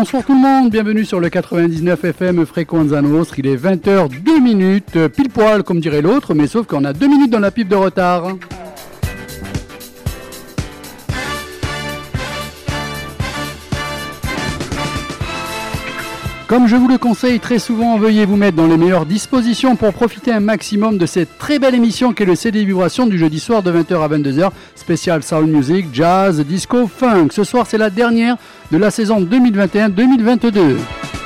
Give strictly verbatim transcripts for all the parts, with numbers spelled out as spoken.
Bonsoir tout le monde, bienvenue sur le quatre-vingt-dix-neuf F M Frequenza Nostra. Il est vingt heures deux minutes, pile poil comme dirait l'autre, mais sauf qu'on a deux minutes dans la pipe de retard. Comme je vous le conseille très souvent, veuillez vous mettre dans les meilleures dispositions pour profiter un maximum de cette très belle émission qu'est le C D Vibration du jeudi soir de vingt heures à vingt-deux heures, spécial soul music, jazz, disco, funk. Ce soir, c'est la dernière de la saison deux mille vingt et un deux mille vingt-deux.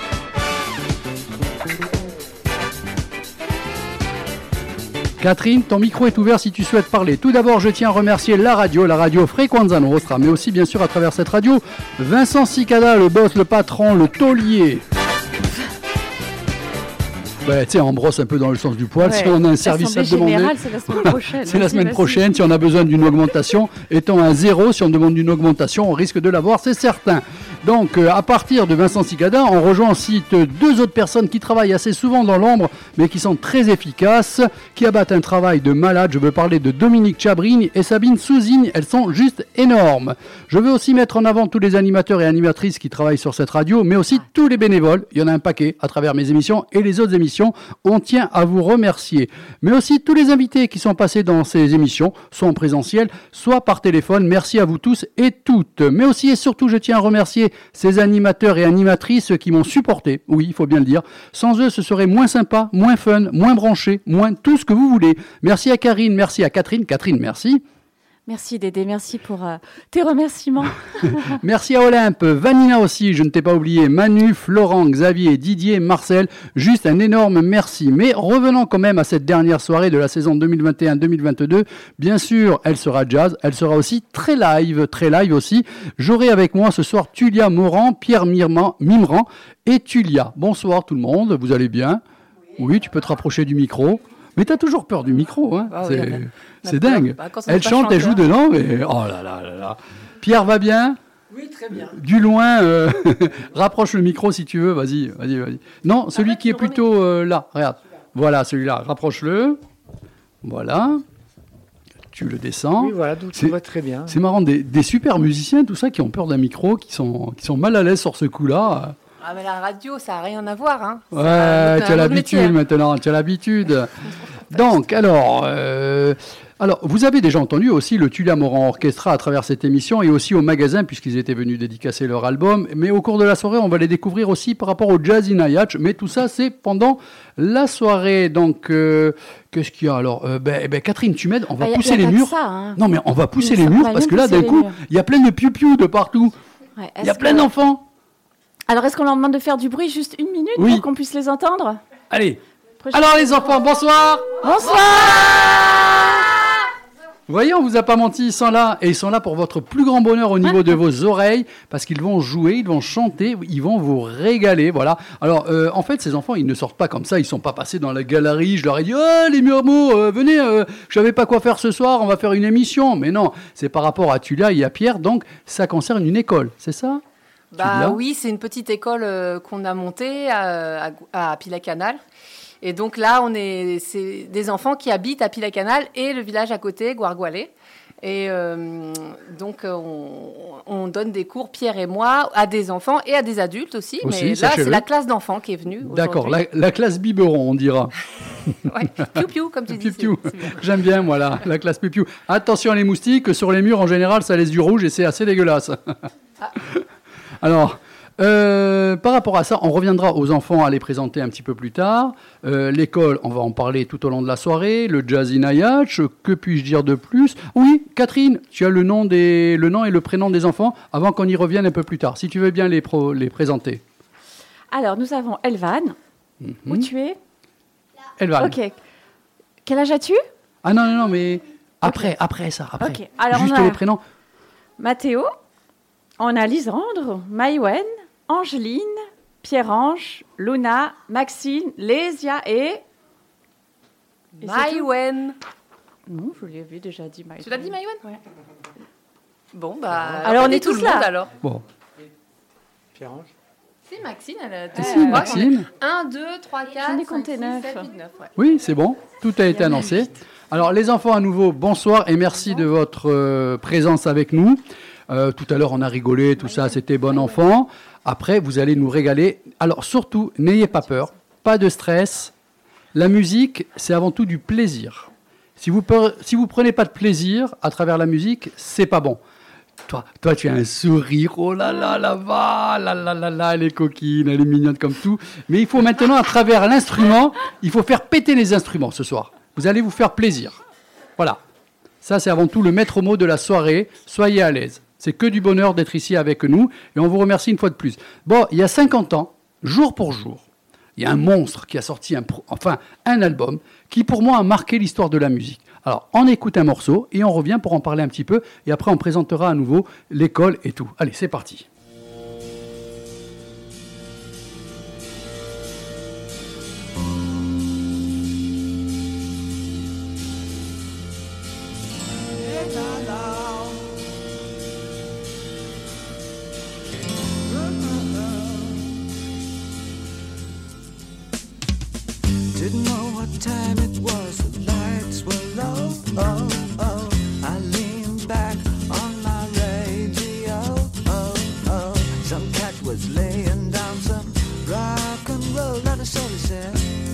Catherine, ton micro est ouvert si tu souhaites parler. Tout d'abord, je tiens à remercier la radio, la radio Frequenza Nostra, mais aussi bien sûr à travers cette radio, Vincent Cicada, le boss, le patron, le taulier. Ouais, tu sais, on brosse un peu dans le sens du poil. Ouais. Si on a un service à demander, générale, c'est la semaine prochaine. c'est la semaine prochaine. Si on a besoin d'une augmentation, étant à zéro, si on demande une augmentation, on risque de l'avoir, c'est certain. Donc, euh, à partir de Vincent Cicada, on rejoint ensuite deux autres personnes qui travaillent assez souvent dans l'ombre, mais qui sont très efficaces, qui abattent un travail de malade. Je veux parler de Dominique Chabrine et Sabine Souzigne. Elles sont juste énormes. Je veux aussi mettre en avant tous les animateurs et animatrices qui travaillent sur cette radio, mais aussi tous les bénévoles. Il y en a un paquet à travers mes émissions et les autres émissions. On tient à vous remercier. Mais aussi tous les invités qui sont passés dans ces émissions, soit en présentiel, soit par téléphone. Merci à vous tous et toutes. Mais aussi et surtout, je tiens à remercier ces animateurs et animatrices qui m'ont supporté. Oui, il faut bien le dire. Sans eux, ce serait moins sympa, moins fun, moins branché, moins tout ce que vous voulez. Merci à Karine, merci à Catherine. Catherine, merci. Merci Dédé, merci pour euh, tes remerciements. Merci à Olympe, Vanina aussi, je ne t'ai pas oublié, Manu, Florent, Xavier, Didier, Marcel, juste un énorme merci. Mais revenons quand même à cette dernière soirée de la saison deux mille vingt et un deux mille vingt-deux. Bien sûr, elle sera jazz, elle sera aussi très live, très live aussi. J'aurai avec moi ce soir Tulia Morand, Pierre Mimran, Mimran et Tulia. Bonsoir tout le monde, vous allez bien ? Oui, oui, tu peux te rapprocher du micro. Mais t'as toujours peur du micro, hein. Ah c'est, oui, c'est dingue. Bah, elle chante, elle joue dedans, mais oh là là là là. Pierre va bien ? Oui, très bien. Du loin, euh... rapproche le micro si tu veux, vas-y, vas-y, vas-y. Non, celui ah, qui est plutôt euh, là, regarde. Voilà, celui-là, rapproche-le. Voilà. Tu le descends. Oui, voilà, donc ça va très bien. C'est marrant, des, des super musiciens, tout ça, qui ont peur d'un micro, qui sont, qui sont mal à l'aise sur ce coup-là. Ah mais la radio, ça n'a rien à voir. Hein. Ouais, tu as l'habitude métier. Maintenant, tu as l'habitude. Donc, alors, euh, alors, vous avez déjà entendu aussi le Tulia Morand Orchestra à travers cette émission et aussi au magasin, puisqu'ils étaient venus dédicacer leur album. Mais au cours de la soirée, on va les découvrir aussi par rapport au Jazz in Ayach. Mais tout ça, c'est pendant la soirée. Donc, euh, qu'est-ce qu'il y a alors euh, ben, ben, Catherine, tu m'aides, on va bah, pousser y a, y a les murs. Ça, hein. Non, mais on va pousser mais les murs parce que là, d'un coup, il y a plein de piou-piou de partout. Il ouais, y a plein que... d'enfants. Alors, est-ce qu'on leur demande de faire du bruit juste une minute oui. pour qu'on puisse les entendre ? Allez. Prochaine Alors, les enfants, bonsoir. Bonsoir. Vous voyez, on vous a pas menti, ils sont là. Et ils sont là pour votre plus grand bonheur au niveau de vos oreilles, parce qu'ils vont jouer, ils vont chanter, ils vont vous régaler, voilà. Alors, euh, en fait, ces enfants, ils ne sortent pas comme ça, ils sont pas passés dans la galerie. Je leur ai dit, oh, les murmures, euh, venez, euh, je savais pas quoi faire ce soir, on va faire une émission. Mais non, c'est par rapport à Tulia et à Pierre, donc ça concerne une école, c'est ça ? Bah oui, c'est une petite école euh, qu'on a montée à, à, à Pilacanal. Et donc là, on est, c'est des enfants qui habitent à Pilacanal et le village à côté, Guargualé. Et euh, donc, on, on donne des cours, Pierre et moi, à des enfants et à des adultes aussi. aussi mais là, c'est la classe d'enfants qui est venue. D'accord, la, la classe biberon, on dira. Ouais, piou-piou, comme tu dis. Piou-piou. C'est, c'est bien. J'aime bien, voilà, la classe piou-piou. Attention les moustiques, sur les murs, en général, ça laisse du rouge et c'est assez dégueulasse. Ah. Alors, euh, par rapport à ça, on reviendra aux enfants à les présenter un petit peu plus tard. Euh, l'école, on va en parler tout au long de la soirée. Le Jazz in Ayach, que puis-je dire de plus ? Oui, Catherine, tu as le nom, des, le nom et le prénom des enfants avant qu'on y revienne un peu plus tard. Si tu veux bien les, pro, les présenter. Alors, nous avons Elvan. Mm-hmm. Où tu es ? Elvan. Ok. Quel âge as-tu ? Ah non, non, non, mais après, okay. après ça, après. Okay. Alors, juste on a les prénoms. Mathéo. On a Lisandre, Maïwen, Angeline, Pierre-Ange, Luna, Maxine, Lésia et... et Maïwen. Non, je l'avais déjà dit Maïwen. Tu l'as dit Maïwen ? Ouais. Bon, bah... Alors, on est tous là. Alors. Bon. Pierre-Ange. C'est Maxine, elle a... Ah, si, Maxine. un, deux, trois, quatre, J'en ai compté neuf. sept, huit, neuf. Ouais. Oui, c'est bon. Tout a été annoncé. Alors, les enfants, à nouveau, bonsoir et merci de votre euh, présence avec nous. Euh, tout à l'heure, on a rigolé, tout ça, c'était bon enfant. Après, vous allez nous régaler. Alors surtout, n'ayez pas peur, pas de stress. La musique, c'est avant tout du plaisir. Si vous ne si vous prenez pas de plaisir à travers la musique, c'est pas bon. Toi, toi, tu as un sourire, oh là là, là-bas, là là là là, elle est coquine, elle est mignonne comme tout. Mais il faut maintenant, à travers l'instrument, il faut faire péter les instruments ce soir. Vous allez vous faire plaisir. Voilà. Ça, c'est avant tout le maître mot de la soirée. Soyez à l'aise. C'est que du bonheur d'être ici avec nous. Et on vous remercie une fois de plus. Bon, il y a cinquante ans, jour pour jour, il y a un monstre qui a sorti un, enfin, un album qui, pour moi, a marqué l'histoire de la musique. Alors, on écoute un morceau et on revient pour en parler un petit peu. Et après, on présentera à nouveau l'école et tout. Allez, c'est parti. Didn't know what time it was, the lights were low, oh, oh. I leaned back on my radio, oh, oh. Some cat was laying down some rock and roll, that is all he said.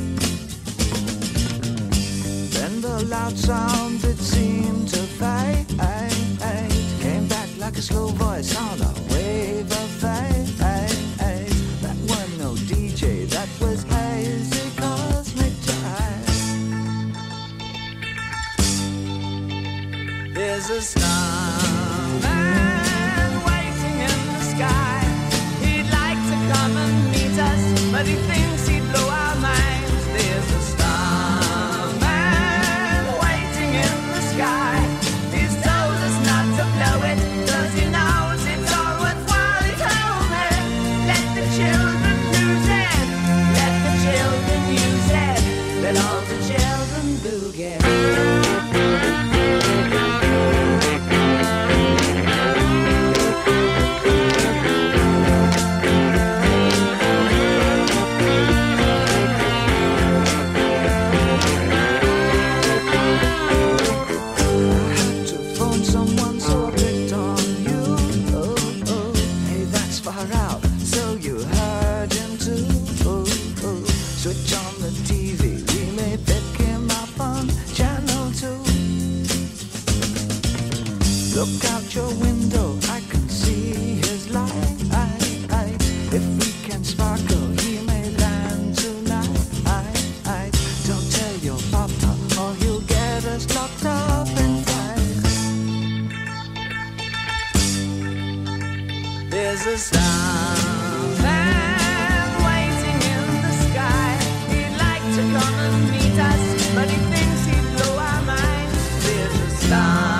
Then the loud sound, it seemed to fade, came back like a slow voice on a wave of fade. That wasn't no D J, that was hazy. There's a starman waiting in the sky. He'd like to come and meet us, but he thinks he'd blow our minds. There's a starman waiting in the sky. He's told us not to blow it, 'cause he knows it's all worthwhile. He told me, let the children use it, let the children use it, let all the children boogie. Look out your window, I can see his light. If we can sparkle, he may land tonight. Don't tell your papa, or he'll get us locked up in fights. There's a starman waiting in the sky. He'd like to come and meet us, but he thinks he'd blow our minds. There's a star.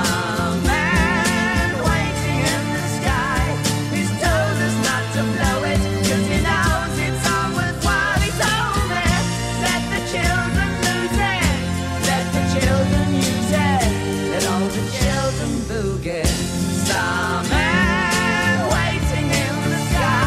Starman waiting in the sky.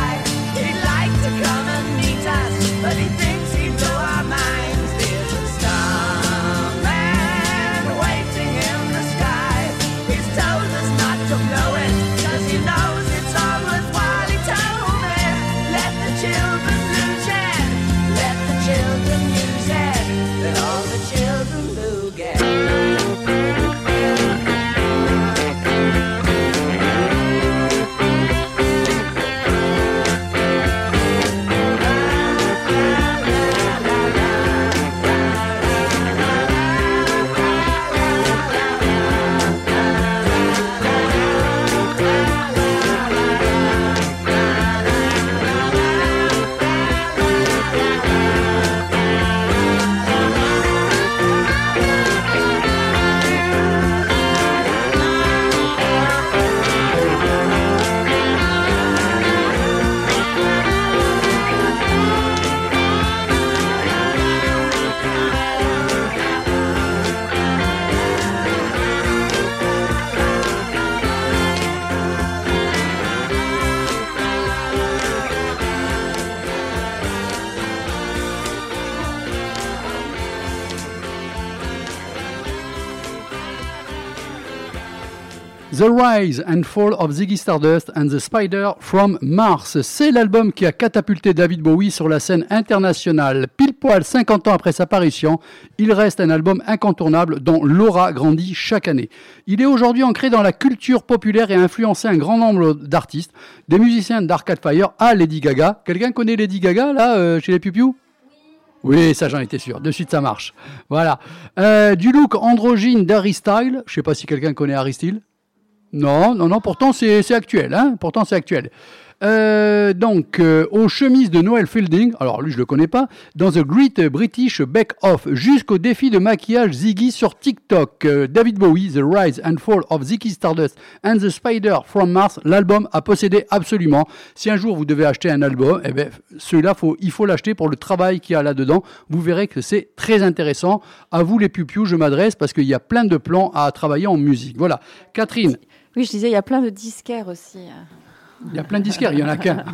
The Rise and Fall of Ziggy Stardust and the Spider from Mars. C'est l'album qui a catapulté David Bowie sur la scène internationale. Pile poil cinquante ans après sa parution, il reste un album incontournable dont l'aura grandit chaque année. Il est aujourd'hui ancré dans la culture populaire et a influencé un grand nombre d'artistes, des musiciens d'Arcade Fire à Lady Gaga. Quelqu'un connaît Lady Gaga là, euh, chez les Piu-Piu ? Oui, ça j'en étais sûr. De suite ça marche. Voilà. Euh, du look androgyne d'Harry Styles. Je sais pas si quelqu'un connaît Harry Styles. Non, non, non. Pourtant c'est, c'est actuel. Hein. Pourtant c'est actuel. Euh, donc, euh, aux chemises de Noel Fielding, alors lui je le connais pas, dans The Great British Bake Off, jusqu'au défi de maquillage Ziggy sur TikTok. Euh, David Bowie, The Rise and Fall of Ziggy Stardust and the Spider from Mars, l'album à posséder absolument. Si un jour vous devez acheter un album, eh ben, celui-là, faut, il faut l'acheter pour le travail qu'il y a là-dedans. Vous verrez que c'est très intéressant. À vous les Piu-Piu, je m'adresse parce qu'il y a plein de plans à travailler en musique. Voilà. Catherine. Oui, je disais, il y a plein de disquaires aussi. Il y a plein de disquaires, il n'y en a qu'un.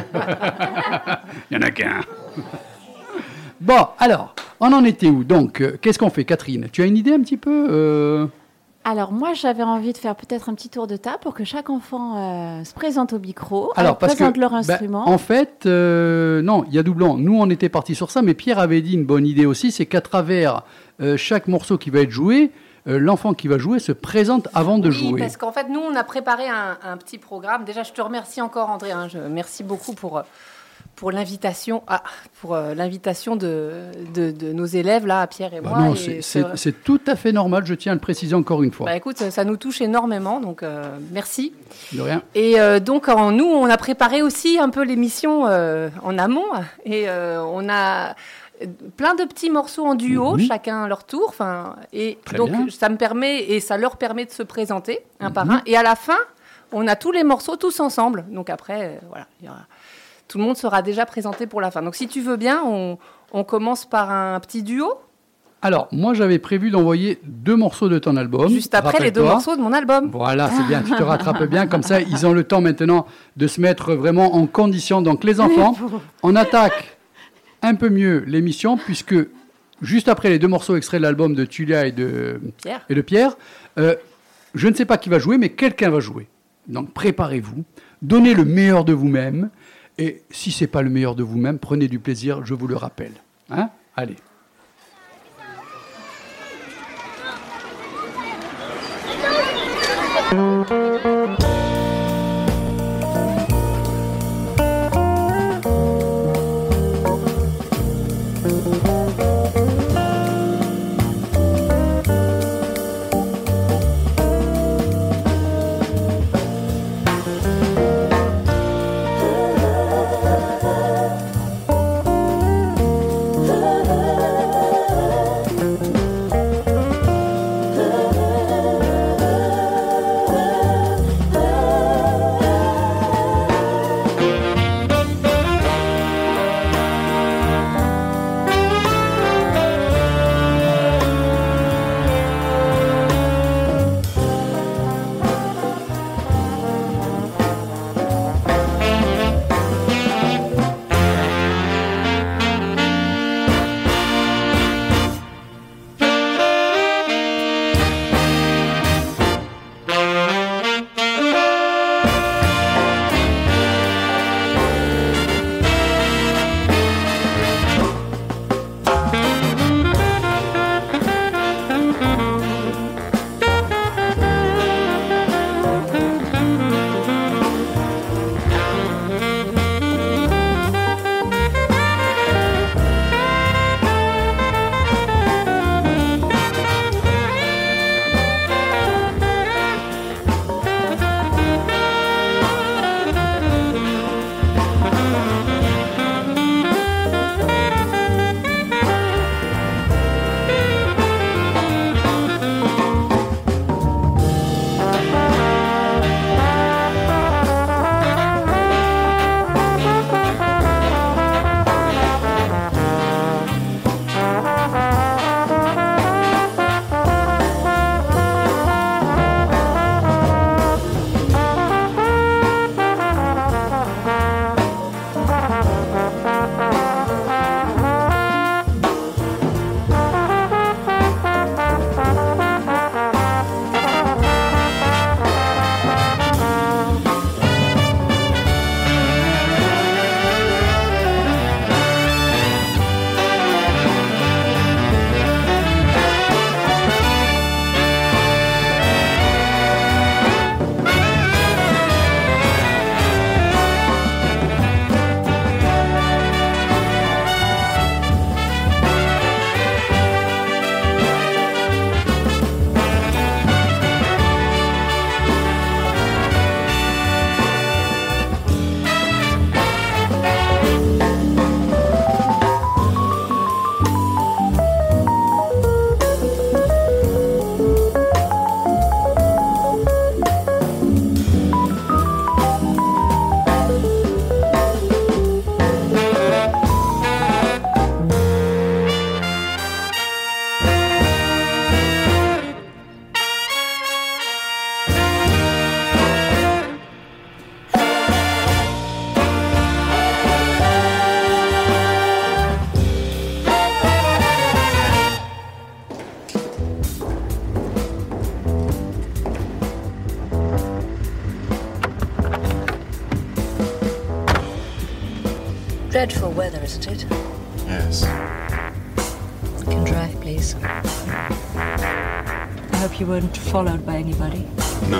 Il n'y en a qu'un. Bon, alors, on en était où ? Donc, euh, qu'est-ce qu'on fait, Catherine ? Tu as une idée un petit peu euh... Alors, moi, j'avais envie de faire peut-être un petit tour de table pour que chaque enfant euh, se présente au micro, alors, euh, parce présente que, leur ben, instrument. en fait, euh, non, il y a doublon. Nous, on était partis sur ça, mais Pierre avait dit une bonne idée aussi, c'est qu'à travers euh, chaque morceau qui va être joué, Euh, l'enfant qui va jouer se présente avant de oui, jouer. Oui, parce qu'en fait, nous, on a préparé un, un petit programme. Déjà, je te remercie encore, André. Hein, je, merci beaucoup pour, pour l'invitation, ah, pour, euh, l'invitation de, de, de nos élèves, là, Pierre et bah moi. Non, et c'est, ce... c'est, c'est tout à fait normal, je tiens à le préciser encore une fois. Bah, écoute, ça nous touche énormément, donc euh, merci. De rien. Et euh, donc, en, nous, on a préparé aussi un peu l'émission euh, en amont. Et euh, on a... plein de petits morceaux en duo, mmh. chacun à leur tour. Enfin, et Très donc, bien. ça me permet et ça leur permet de se présenter un mmh. par un. Et à la fin, on a tous les morceaux tous ensemble. Donc après, euh, voilà, y aura... tout le monde sera déjà présenté pour la fin. Donc si tu veux bien, on, on commence par un petit duo. Alors, moi, j'avais prévu d'envoyer deux morceaux de ton album. Juste après les deux morceaux de mon album. Voilà, c'est bien, tu te rattrapes bien. Comme ça, ils ont le temps maintenant de se mettre vraiment en condition. Donc, les enfants, on attaque un peu mieux l'émission, puisque juste après les deux morceaux extraits de l'album de Tulia et de Pierre, et de Pierre euh, je ne sais pas qui va jouer, mais quelqu'un va jouer. Donc préparez-vous, donnez le meilleur de vous-même, et si ce n'est pas le meilleur de vous-même, prenez du plaisir, je vous le rappelle. Hein ? Allez. dreadful weather, isn't it? Yes. We can drive, please. I hope you weren't followed by anybody. No.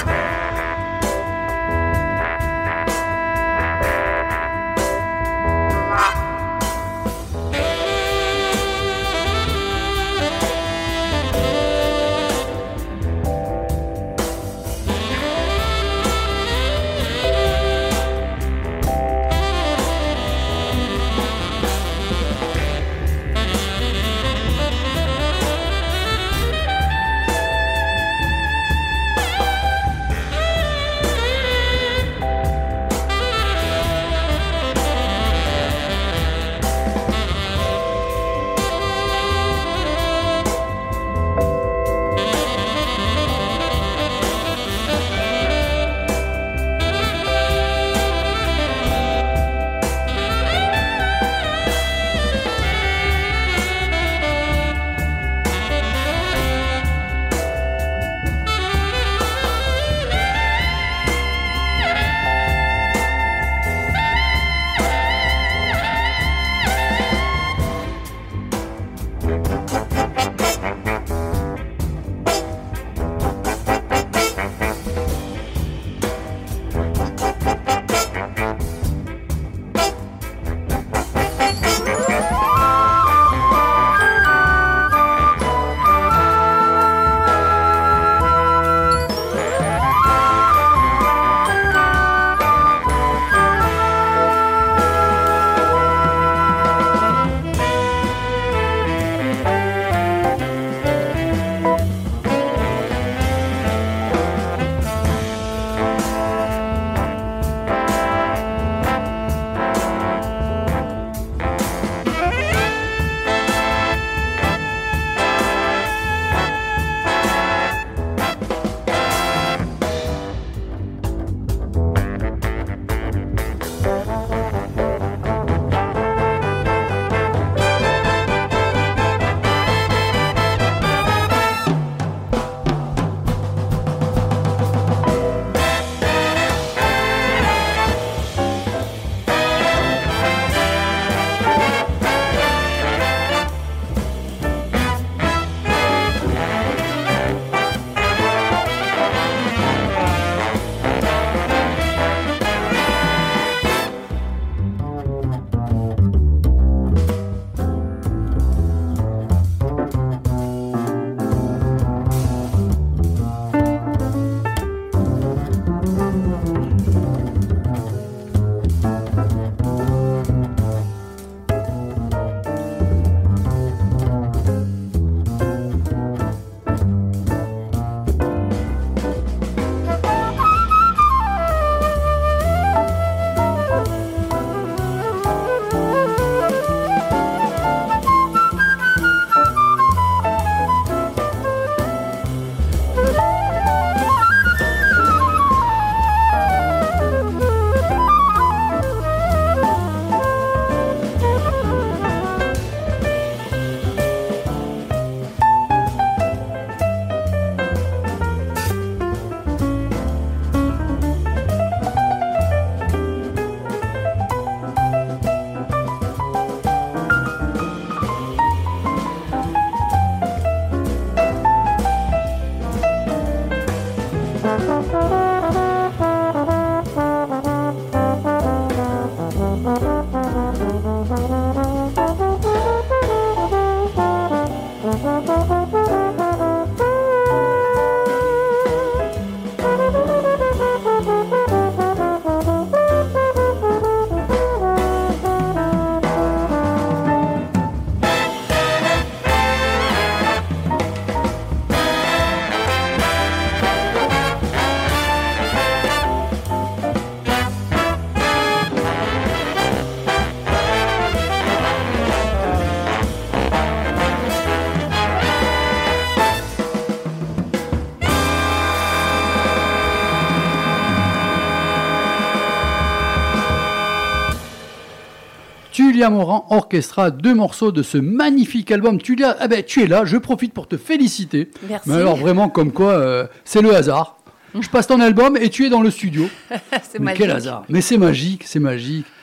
Tulia Morin orchestra deux morceaux de ce magnifique album. Tulia, ah ben, tu es là, je profite pour te féliciter. Merci. Mais alors vraiment, comme quoi, euh, c'est le hasard. Je passe ton album et tu es dans le studio. C'est Mais magique. quel hasard. Mais c'est magique, c'est magique.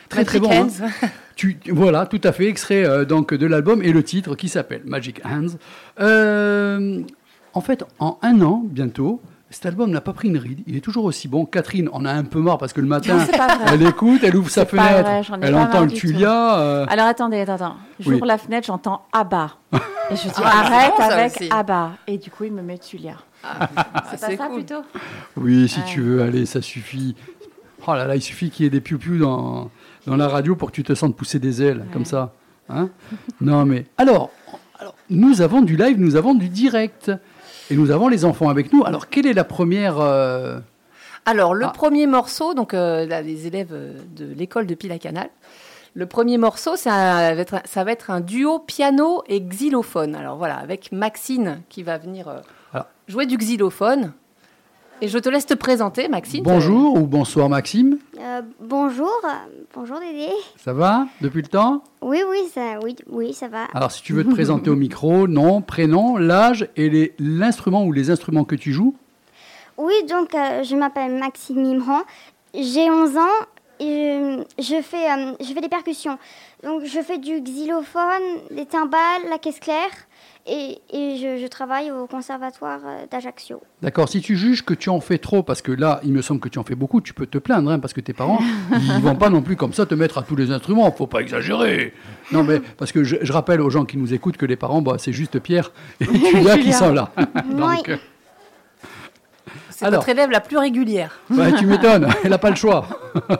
Très très bon. Magic Hein. Hands. Tu, voilà, tout à fait, extrait euh, donc, de l'album et le titre qui s'appelle Magic Hands. Euh, en fait, en un an, bientôt, cet album n'a pas pris une ride. Il est toujours aussi bon. Catherine en a un peu marre parce que le matin, C'est pas vrai. elle écoute, elle ouvre sa C'est pas fenêtre, vrai, j'en ai elle pas entend marre le du tout. Tulia. euh, Alors attendez, attends, attends. J'ouvre Oui. la fenêtre, j'entends Abba. Et je dis Ah, arrête c'est bon, ça avec aussi. Abba. Et du coup, il me met Tulia. Ah, C'est pas c'est ça cool. plutôt Oui, si Ouais. tu veux, allez, ça suffit. Oh là là, il suffit qu'il y ait des piou-piou dans, dans la radio pour que tu te sentes pousser des ailes, comme ça. Hein. Non, mais... Alors, alors, nous avons du live, nous avons du direct. Et nous avons les enfants avec nous. Alors, quelle est la première... euh, Alors, le Ah. premier morceau, donc euh, là, les élèves euh, de l'école de Pila-Canal, le premier morceau, ça va, être, un- ça va être un duo piano et xylophone. Alors voilà, avec Maxine qui va venir euh, Alors. jouer du xylophone. Et je te laisse te présenter, Maxine. Bonjour ou bonsoir Maxime. Euh, bonjour, euh, bonjour Dédé. Ça va depuis le temps? Oui, oui, ça, oui, oui, ça va. Alors, si tu veux te présenter au micro, nom, prénom, l'âge et les- l'instrument ou les instruments que tu joues. Oui, donc euh, je m'appelle Maxime Mimran, j'ai onze ans et euh, je fais, euh, je fais des percussions. Donc je fais du xylophone, des timbales, la caisse claire et, et je, je travaille au conservatoire euh, d'Ajaccio. D'accord, si tu juges que tu en fais trop, parce que là, il me semble que tu en fais beaucoup, tu peux te plaindre, hein, parce que tes parents, ils vont pas non plus comme ça te mettre à tous les instruments, faut pas exagérer. Non, mais parce que je, je rappelle aux gens qui nous écoutent que les parents, bah, c'est juste Pierre et Julia qui sont là. Donc, Oui. euh, C'est alors. notre élève la plus régulière. ouais, tu m'étonnes, elle n'a pas le choix.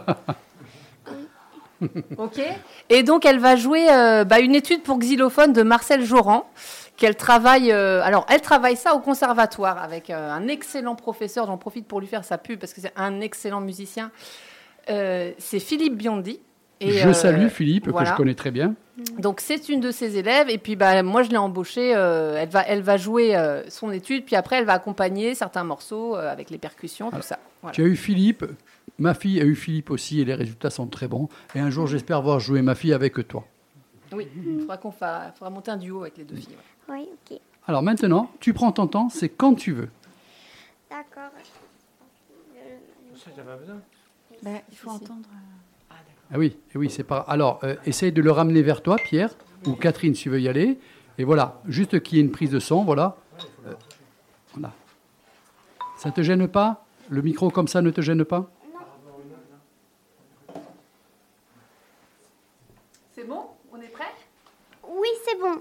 Ok. Et donc, elle va jouer euh, bah, une étude pour xylophone de Marcel Joran, qu'elle travaille. euh, alors, elle travaille ça au conservatoire avec euh, un excellent professeur. J'en profite pour lui faire sa pub parce que c'est un excellent musicien. Euh, c'est Philippe Biondi. Et, je euh, salue Philippe, voilà. que je connais très bien. Donc, c'est une de ses élèves. Et puis, bah, moi, je l'ai embauchée. euh, elle, va, elle va jouer euh, son étude. Puis après, elle va accompagner certains morceaux euh, avec les percussions, tout ça. Voilà. Tu as eu Philippe, ma fille a eu Philippe aussi, et les résultats sont très bons. Et un jour, j'espère voir jouer ma fille avec toi. Oui, il faudra qu'on fa... faudra monter un duo avec les deux filles. ouais. Oui, ok, Alors maintenant, tu prends ton temps, c'est quand tu veux. d'accord. Ça, t'as pas besoin. Ben, il faut entendre. Ah oui, eh oui, c'est pas. Alors, euh, essaye de le ramener vers toi, Pierre, ou Catherine, si tu veux y aller. Et voilà, juste qu'il y ait une prise de son, voilà. Euh, voilà. Ça te gêne pas? Le micro comme ça ne te gêne pas? C'est bon? On est prêts? Oui, c'est bon.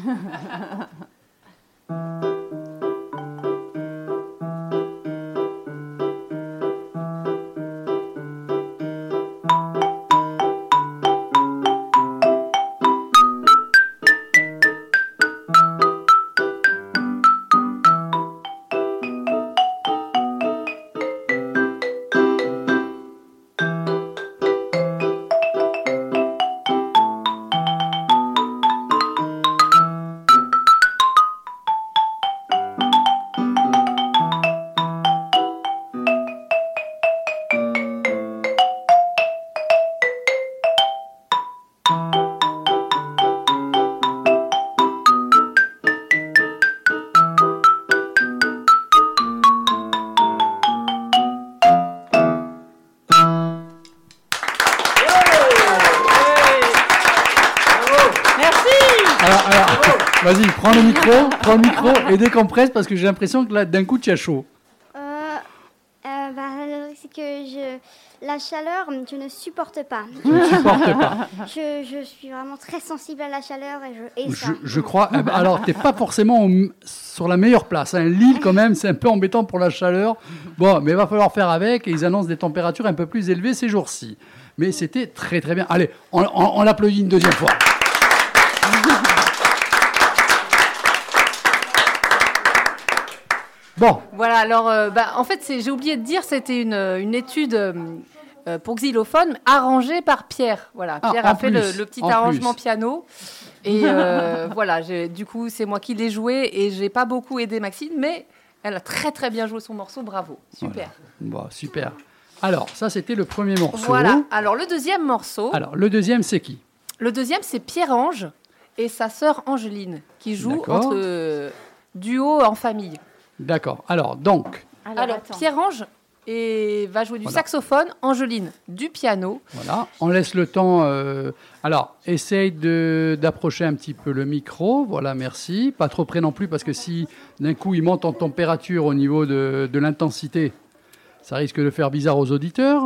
Alors, alors, vas-y, prends le micro, prends le micro et décompresse parce que j'ai l'impression que là, d'un coup, tu as chaud. Euh, euh, bah, le truc, c'est que je, la chaleur, je ne supporte pas. Tu ne supportes pas. Je, je suis vraiment très sensible à la chaleur et je hais ça. Je, je crois. eh ben, alors, t'es pas forcément au- sur la meilleure place. Hein. Lille, quand même, c'est un peu embêtant pour la chaleur. Bon, mais il va falloir faire avec. Et ils annoncent des températures un peu plus élevées ces jours-ci. Mais c'était très, très bien. Allez, on, on- on l'applaudit une deuxième fois. Bon, Voilà, alors, euh, bah, en fait, c'est- j'ai oublié de dire, c'était une, une étude euh, euh, pour xylophone arrangée par Pierre. Voilà, Ah, Pierre en a fait le, plus, le petit en arrangement plus. piano. Et euh, voilà, j'ai- du coup, c'est moi qui l'ai joué et j'ai pas beaucoup aidé Maxine, mais elle a très très bien joué son morceau, bravo, super. bon, super. Alors, ça, c'était le premier morceau. Voilà, alors le deuxième morceau, Alors, le deuxième, c'est qui? le deuxième c'est Pierre-Ange et sa sœur Angeline qui jouent D'accord. entre euh, duo en famille. D'accord. Alors, donc, Alors, Alors, attends. Pierre-Ange, et va jouer du Voilà. saxophone. Angeline, du piano. Voilà, on laisse le temps. euh, Alors, essaye de, d'approcher un petit peu le micro. Voilà, merci. Pas trop près non plus, parce que si d'un coup il monte en température au niveau de, de l'intensité, ça risque de faire bizarre aux auditeurs.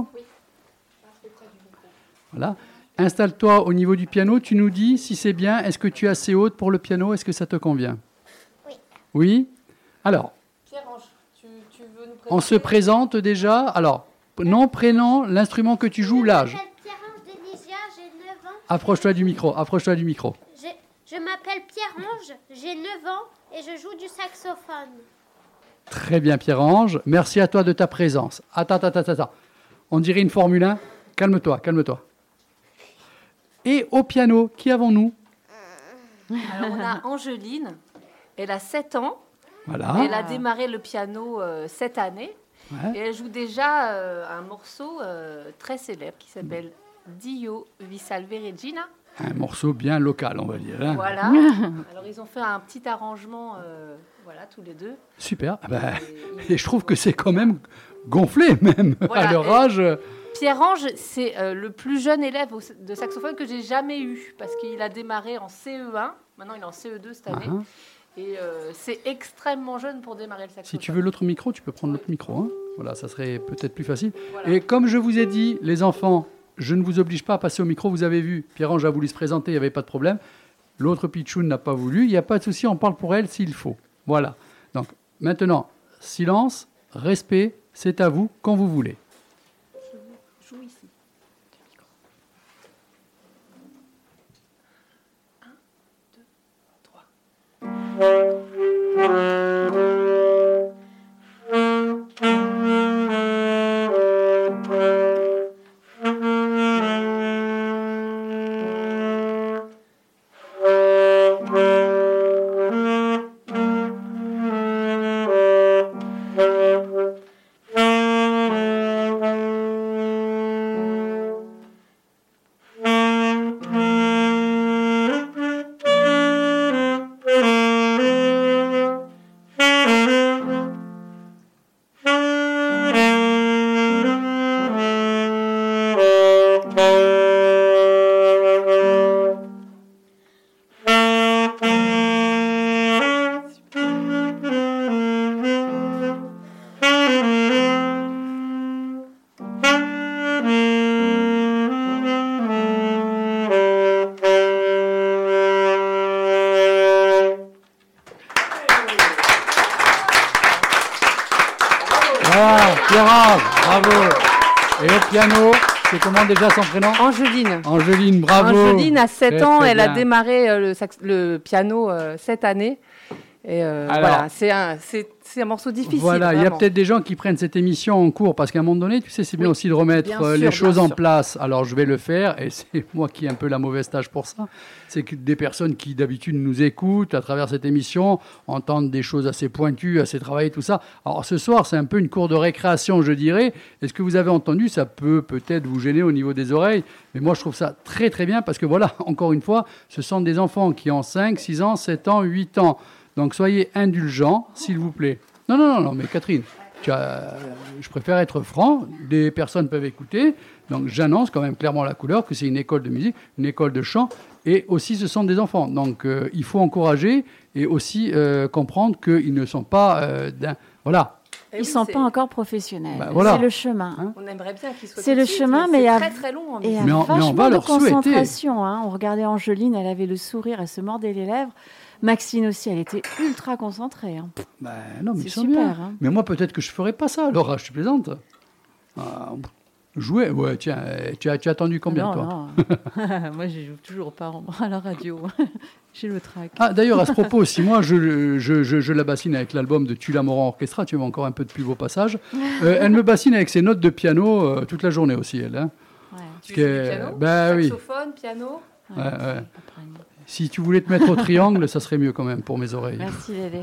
Voilà. Installe-toi au niveau du piano. Tu nous dis si c'est bien. Est-ce que tu es assez haute pour le piano? Est-ce que ça te convient? Oui. Oui. Alors, Pierre-Ange, tu, tu veux nous présenter? on se présente déjà. Alors, nom, prénom, l'instrument que tu joues, l'âge. Je m'appelle Pierre-Ange Denisia, j'ai neuf ans. Approche-toi du micro. Approche-toi du micro. Je, je m'appelle Pierre-Ange, j'ai neuf ans et je joue du saxophone. Très bien, Pierre-Ange. Merci à toi de ta présence. Attends, attends, attends, attends. On dirait une Formule un. Calme-toi, calme-toi. Et au piano, qui avons-nous? Alors, on a Angeline. Elle a sept ans. Voilà. Elle a démarré le piano euh, cette année. Ouais. Et elle joue déjà euh, un morceau euh, très célèbre qui s'appelle Dio vi salve Regina. Un morceau bien local, on va dire. Hein. Voilà. Alors, ils ont fait un petit arrangement, euh, voilà, tous les deux. Super. Ah ben, Et- et je trouve que c'est quand même gonflé, même, Voilà, à leur et- âge. Pierre-Ange, c'est euh, le plus jeune élève au- de saxophone que j'ai jamais eu, parce qu'il a démarré en C E un, maintenant il est en C E deux cette année, Ah, et euh, c'est extrêmement jeune pour démarrer le si saxophone. tu veux l'autre micro, tu peux prendre l'autre micro. Hein. Voilà, ça serait peut-être plus facile. Voilà. Et comme je vous ai dit, les enfants, je ne vous oblige pas à passer au micro. Vous avez vu, Pierre-Ange a voulu se présenter, il n'y avait pas de problème. L'autre pitchoun n'a pas voulu. Il n'y a pas de souci, on parle pour elle s'il faut. Voilà. Donc maintenant, silence, respect, c'est à vous quand vous voulez. Joue ici. Voilà, Pierre-Ange, bravo. Et au piano, c'est comment déjà son prénom? Angeline. Angeline, bravo. Angeline a sept Très, ans, très elle a bien. démarré euh, le, sax- le piano euh, cette année. Et euh, Alors- voilà, c'est un, c'est, c'est un morceau difficile. Voilà, il y a vraiment. peut-être des gens qui prennent cette émission en cours parce qu'à un moment donné, tu sais, c'est bien Oui, aussi de remettre bien euh, sûr, les choses bien en sûr. place. Alors, je vais le faire et c'est moi qui ai un peu la mauvaise tâche pour ça. C'est que des personnes qui d'habitude nous écoutent à travers cette émission entendent des choses assez pointues, assez travaillées, tout ça. Alors, ce soir, c'est un peu une cour de récréation, je dirais. Et ce que vous avez entendu, ça peut peut-être vous gêner au niveau des oreilles. Mais moi, je trouve ça très, très bien parce que voilà, encore une fois, ce sont des enfants qui ont cinq, six ans, sept ans, huit ans. Donc, soyez indulgents, s'il vous plaît. Non, non, non, non, mais Catherine, tu as, je préfère être franc. Des personnes peuvent écouter. Donc, j'annonce quand même clairement la couleur que c'est une école de musique, une école de chant. Et aussi, ce sont des enfants. Donc, euh, il faut encourager et aussi euh, comprendre qu'ils ne sont pas euh, d'un... Voilà. Eh Ils oui, sont c'est- pas encore professionnels. Bah, voilà. C'est le chemin. Hein On aimerait bien qu'ils soient. C'est tout le de suite, chemin, mais mais c'est à- très très long. En Et musique. Mais on- mais on vachement va de leur souhaiter. concentration. Hein. On regardait Angeline, elle avait le sourire, elle se mordait les lèvres. Maxine aussi, elle était ultra concentrée. Hein. Ben, non, mais C'est ils sont super, bien. hein. Mais moi, peut-être que je ne ferais pas ça, Laura, je suis plaisante. Ah, jouer, ouais, tiens, euh, tu as, tu as attendu combien, non, toi non. Moi, je joue toujours pas en- à la radio. J'ai le trac. Ah, d'ailleurs, à ce propos, si moi je, je, je, je la bassine avec l'album de Tula Moran Orchestra, tu vois encore un peu de pub au passage, euh, elle me bassine avec ses notes de piano euh, toute la journée aussi, elle. Hein. Ouais. Tu que- joues du piano, bah oui. saxophone, piano. Ouais, ouais. Après. Si tu voulais te mettre au triangle, ça serait mieux quand même pour mes oreilles. Merci Lévé.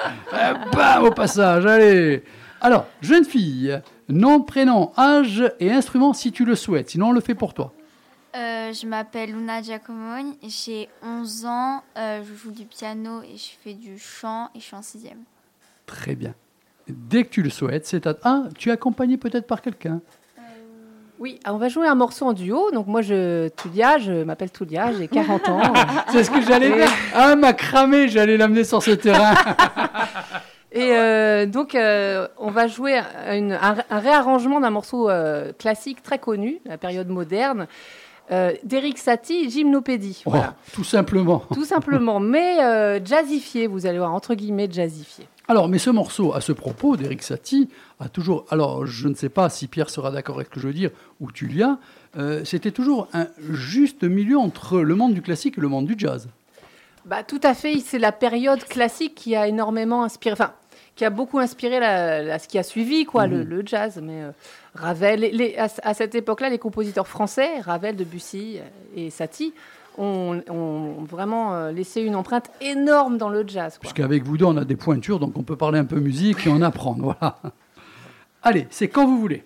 Eh, bam, au passage, allez. Alors, jeune fille, nom, prénom, âge et instrument si tu le souhaites, sinon on le fait pour toi. Euh, je m'appelle Luna Giacomone, j'ai onze ans, euh, je joue du piano et je fais du chant et je suis en sixième. Très bien. dès que tu le souhaites, c'est à... Ah, tu es accompagné peut-être par quelqu'un. Oui, on va jouer un morceau en duo. Donc moi, je, Tulia, je m'appelle Tulia, j'ai quarante ans. C'est ce que j'allais Et- faire. Ah, m'a cramé, j'allais l'amener sur ce terrain. Et euh, donc, euh, on va jouer une- un, un réarrangement d'un morceau euh, classique très connu, de la période moderne, euh, d'Eric Satie, Gymnopédie. Oh, Voilà. tout simplement. Tout simplement, mais euh, jazzifié, vous allez voir, entre guillemets, jazzifié. Alors, mais ce morceau, à ce propos, d'Eric Satie, a toujours... Alors, je ne sais pas si Pierre sera d'accord avec ce que je veux dire, ou Tulia, euh, c'était toujours un juste milieu entre le monde du classique et le monde du jazz. Bah, tout à fait, c'est la période classique qui a énormément inspiré, enfin, qui a beaucoup inspiré la, la- ce qui a suivi, quoi, le, Mhm. le jazz. Mais euh, Ravel, les- les- à, à cette époque-là, les compositeurs français, Ravel, Debussy et Satie, ont, ont vraiment euh, laissé une empreinte énorme dans le jazz, quoi. Puisqu'avec vous deux, on a des pointures, donc on peut parler un peu musique et en apprendre. Voilà. Allez, c'est quand vous voulez.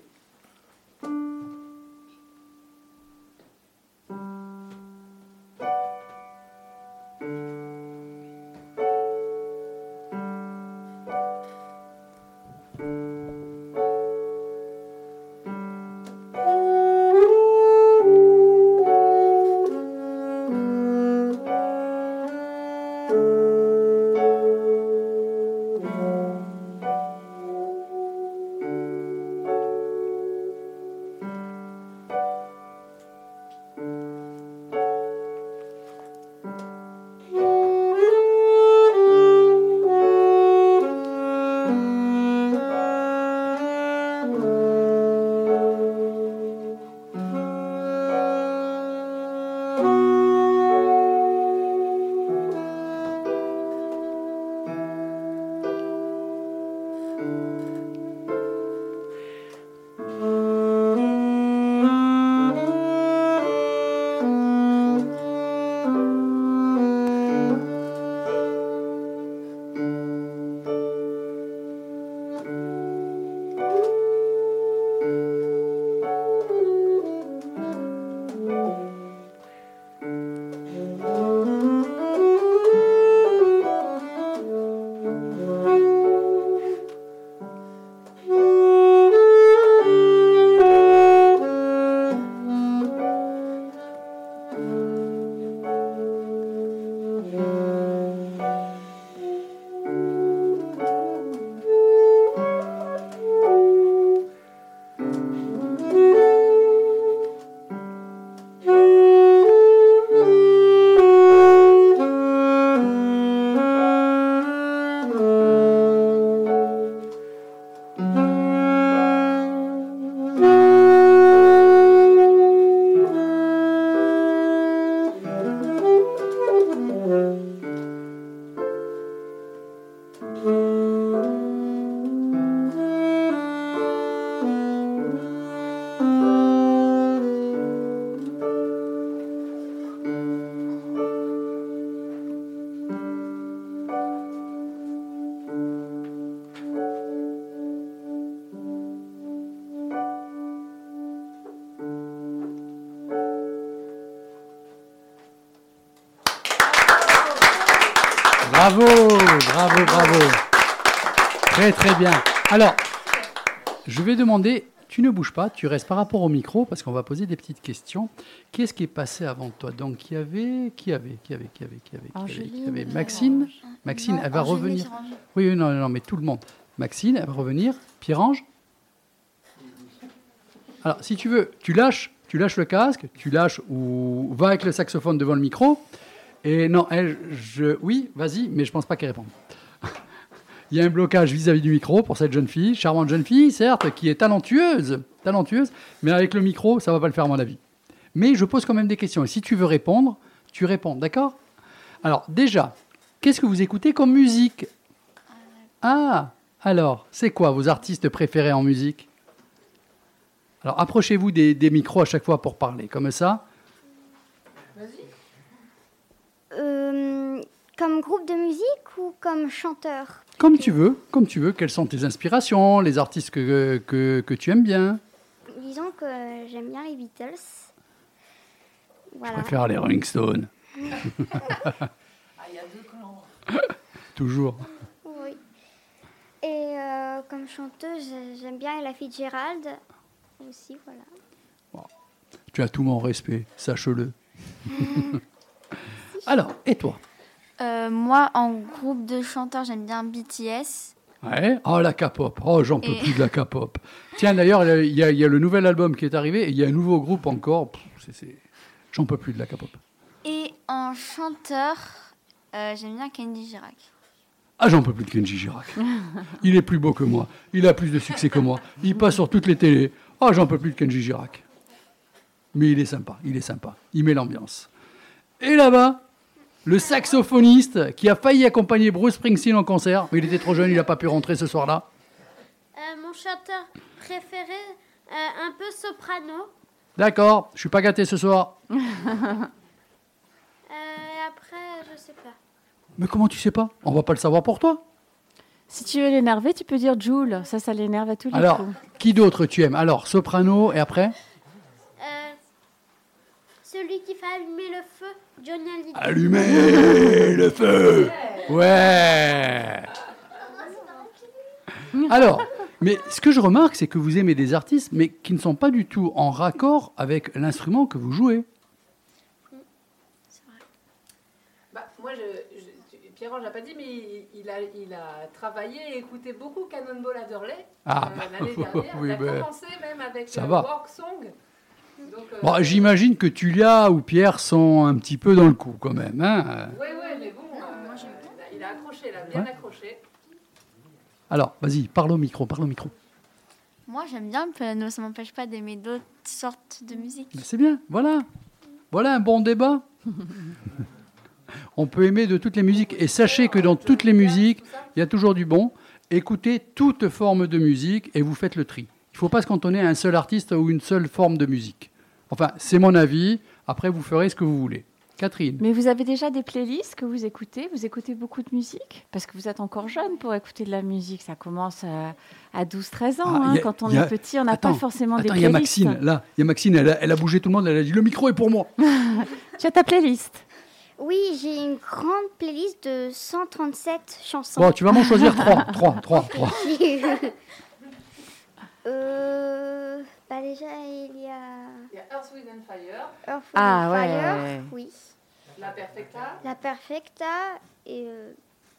Bravo, bravo, bravo. Très, très bien. Alors, je vais demander, tu ne bouges pas, tu restes par rapport au micro parce qu'on va poser des petites questions. Qu'est-ce qui est passé avant toi? Donc, il y avait, qui y avait, qui y avait, qui y avait, qui y avait, qui y avait, qui y avait Maxine. Maxine, Non, elle va Angélique revenir. Ranger. Oui, oui, non, non, mais tout le monde. Maxine, elle va revenir. Pierre-Ange. Alors, si tu veux, tu lâches, tu lâches le casque, tu lâches ou va avec le saxophone devant le micro. Et non, elle, je, oui, vas-y, mais je pense pas qu'elle réponde. Il y a un blocage vis-à-vis du micro pour cette jeune fille, charmante jeune fille, certes, qui est talentueuse, talentueuse, mais avec le micro, ça va pas le faire à mon avis. Mais je pose quand même des questions. Et si tu veux répondre, tu réponds, d'accord? Alors, déjà, qu'est-ce que vous écoutez comme musique? Ah, alors, c'est quoi vos artistes préférés en musique? Alors, approchez-vous des, des micros à chaque fois pour parler, comme ça. Euh, comme groupe de musique ou comme chanteur? Comme tu veux, comme tu veux. Quelles sont tes inspirations, les artistes que, que, que tu aimes bien? Disons que j'aime bien les Beatles. Voilà. Je préfère les Rolling Stones. Ah, il y a deux clans. Toujours. Oui. Et euh, comme Comme chanteuse, j'ai- j'aime bien Ella Fitzgerald aussi, voilà. Tu as tout mon respect, sache-le. Alors, et toi? Euh, moi, en groupe de chanteurs, j'aime bien B T S. Ouais. Oh, la K-pop. Oh, j'en peux Et- plus de la K-pop. Tiens, d'ailleurs, il y, a- il y a le nouvel album qui est arrivé et il y a un nouveau groupe encore. Pff, c'est- c'est- J'en peux plus de la K-pop. Et en chanteur, euh, j'aime bien Kenji Girac. Ah, j'en peux plus de Kenji Girac. Il est plus beau que moi. Il a plus de succès que moi. Il passe sur toutes les télés. Ah, j'en peux plus de Kenji Girac. Mais il est sympa. Il est sympa. Il met l'ambiance. Et là-bas, le saxophoniste qui a failli accompagner Bruce Springsteen en concert, mais il était trop jeune, il n'a pas pu rentrer ce soir-là. Euh, mon chanteur préféré, euh, un peu soprano. D'accord, je suis pas gâté ce soir. Euh, après, je sais pas. Mais comment tu sais pas? On va pas le savoir pour toi. Si tu veux l'énerver, tu peux dire Jules. Ça, ça l'énerve à tous les Alors, coups. qui d'autre tu aimes? Alors, soprano et après? Euh, celui qui fait allumer le feu, Johnny Hallyday. Allumer le feu. Ouais. Alors, mais ce que je remarque, c'est que vous aimez des artistes, mais qui ne sont pas du tout en raccord avec l'instrument que vous jouez. Bah, moi, je, je, Pierre-Ange l'a pas dit, mais il, il a, il a travaillé et écouté beaucoup Cannonball Adderley Ah, euh, l'année dernière. oui, il a ben, commencé même avec ça euh, va. Work Song. Donc, euh, Bon, j'imagine que Tulia ou Pierre sont un petit peu dans le coup quand même. Hein. ouais, ouais, mais bon, euh, il a accroché, il a bien Ouais. accroché. Alors, vas-y, parle au micro, parle au micro. Moi, j'aime bien le piano, ça m'empêche pas d'aimer d'autres sortes de musique. Mais c'est bien, voilà. Voilà un bon débat. On peut aimer de toutes les musiques. Et sachez que dans toutes les musiques, il y a toujours du bon. Écoutez toute forme de musique et vous faites le tri. Il ne faut pas se cantonner à un seul artiste ou une seule forme de musique. Enfin, c'est mon avis. Après, vous ferez ce que vous voulez. Catherine. Mais vous avez déjà des playlists que vous écoutez? Vous écoutez beaucoup de musique? Parce que vous êtes encore jeune pour écouter de la musique. Ça commence à, à douze treize ans. Ah, hein. y a- Quand on y a- est petit, on n'a Attends, pas forcément Attends, des il y a playlists. Maxine, là. Il y a Maxine, elle a, elle a bougé tout le monde. Elle a dit, le micro est pour moi. Tu as ta playlist? Oui, j'ai une grande playlist de cent trente-sept chansons. Bon, tu vas m'en choisir trois. Trois, trois, trois. euh, bah déjà, il y a Il y a Earth, Wind and Fire, Earth, Wind Ah, and ouais. Fire, oui. La Perfecta, La Perfecta et euh,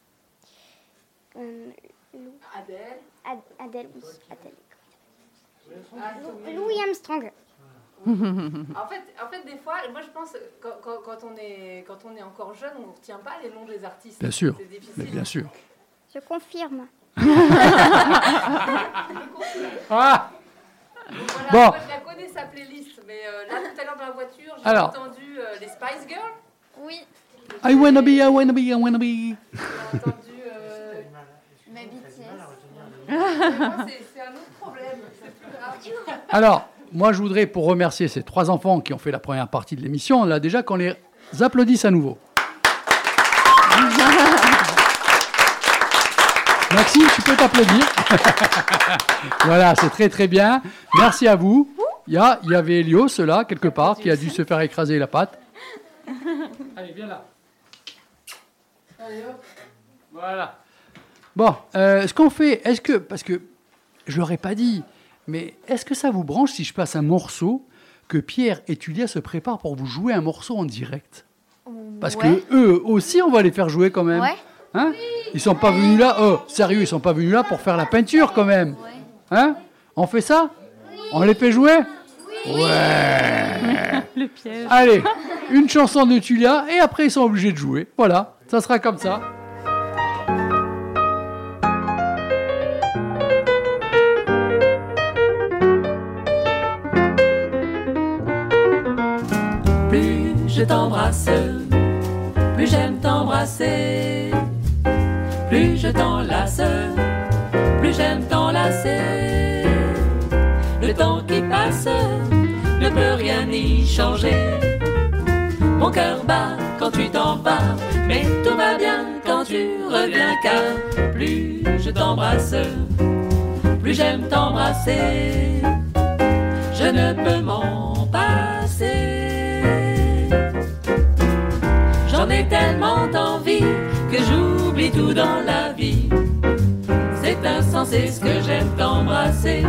euh, Lou- Adele, Ad- Adèle, oui, Adèle. Ah, Lou- Louis Armstrong. En fait, en fait, des fois, moi je pense, quand, quand, quand on est, quand on est encore jeune, on ne retient pas les noms des artistes. Bien sûr. C'est difficile. Mais bien sûr. Je confirme. Ah Voilà, Bon. moi je la connais sa playlist, mais euh, là tout à l'heure dans la voiture, j'ai Alors. entendu euh, les Spice Girls, Oui, I wanna be, I wanna be, I wanna be. j'ai entendu. Euh... mais B T S. mais moi, c'est, c'est un autre problème, c'est plus grave. Alors, moi, je voudrais, pour remercier ces trois enfants qui ont fait la première partie de l'émission, là, déjà qu'on les applaudisse à nouveau. Maxime, tu peux t'applaudir. Voilà, c'est très très bien. Merci à vous. Il y, a, il y avait Elios, là, quelque part, qui a dû se faire écraser la patte. Allez, viens là. Allez, hop. Voilà. Bon, euh, ce qu'on fait, est-ce que, parce que je ne l'aurais pas dit, mais est-ce que ça vous branche si je passe un morceau que Pierre et Tulia se préparent pour vous jouer un morceau en direct? Parce Ouais. que eux aussi, on va les faire jouer quand même. Ouais. Hein? Ils sont pas venus là, oh, sérieux, ils sont pas venus là pour faire la peinture quand même. Hein? On fait ça? On les fait jouer? Ouais. Le piège. Allez, une chanson de Tulia et après ils sont obligés de jouer. Voilà, ça sera comme ça. Plus je t'embrasse, plus j'aime t'embrasser. Plus je t'enlace, plus j'aime t'enlacer. Le temps qui passe ne peut rien y changer. Mon cœur bat quand tu t'en vas, mais tout va bien quand tu reviens. Car plus je t'embrasse, plus j'aime t'embrasser. Je ne peux m'en passer. J'en ai tellement envie que j'oublie tout dans la vie. C'est un instant c'est ce que j'aime t'embrasser.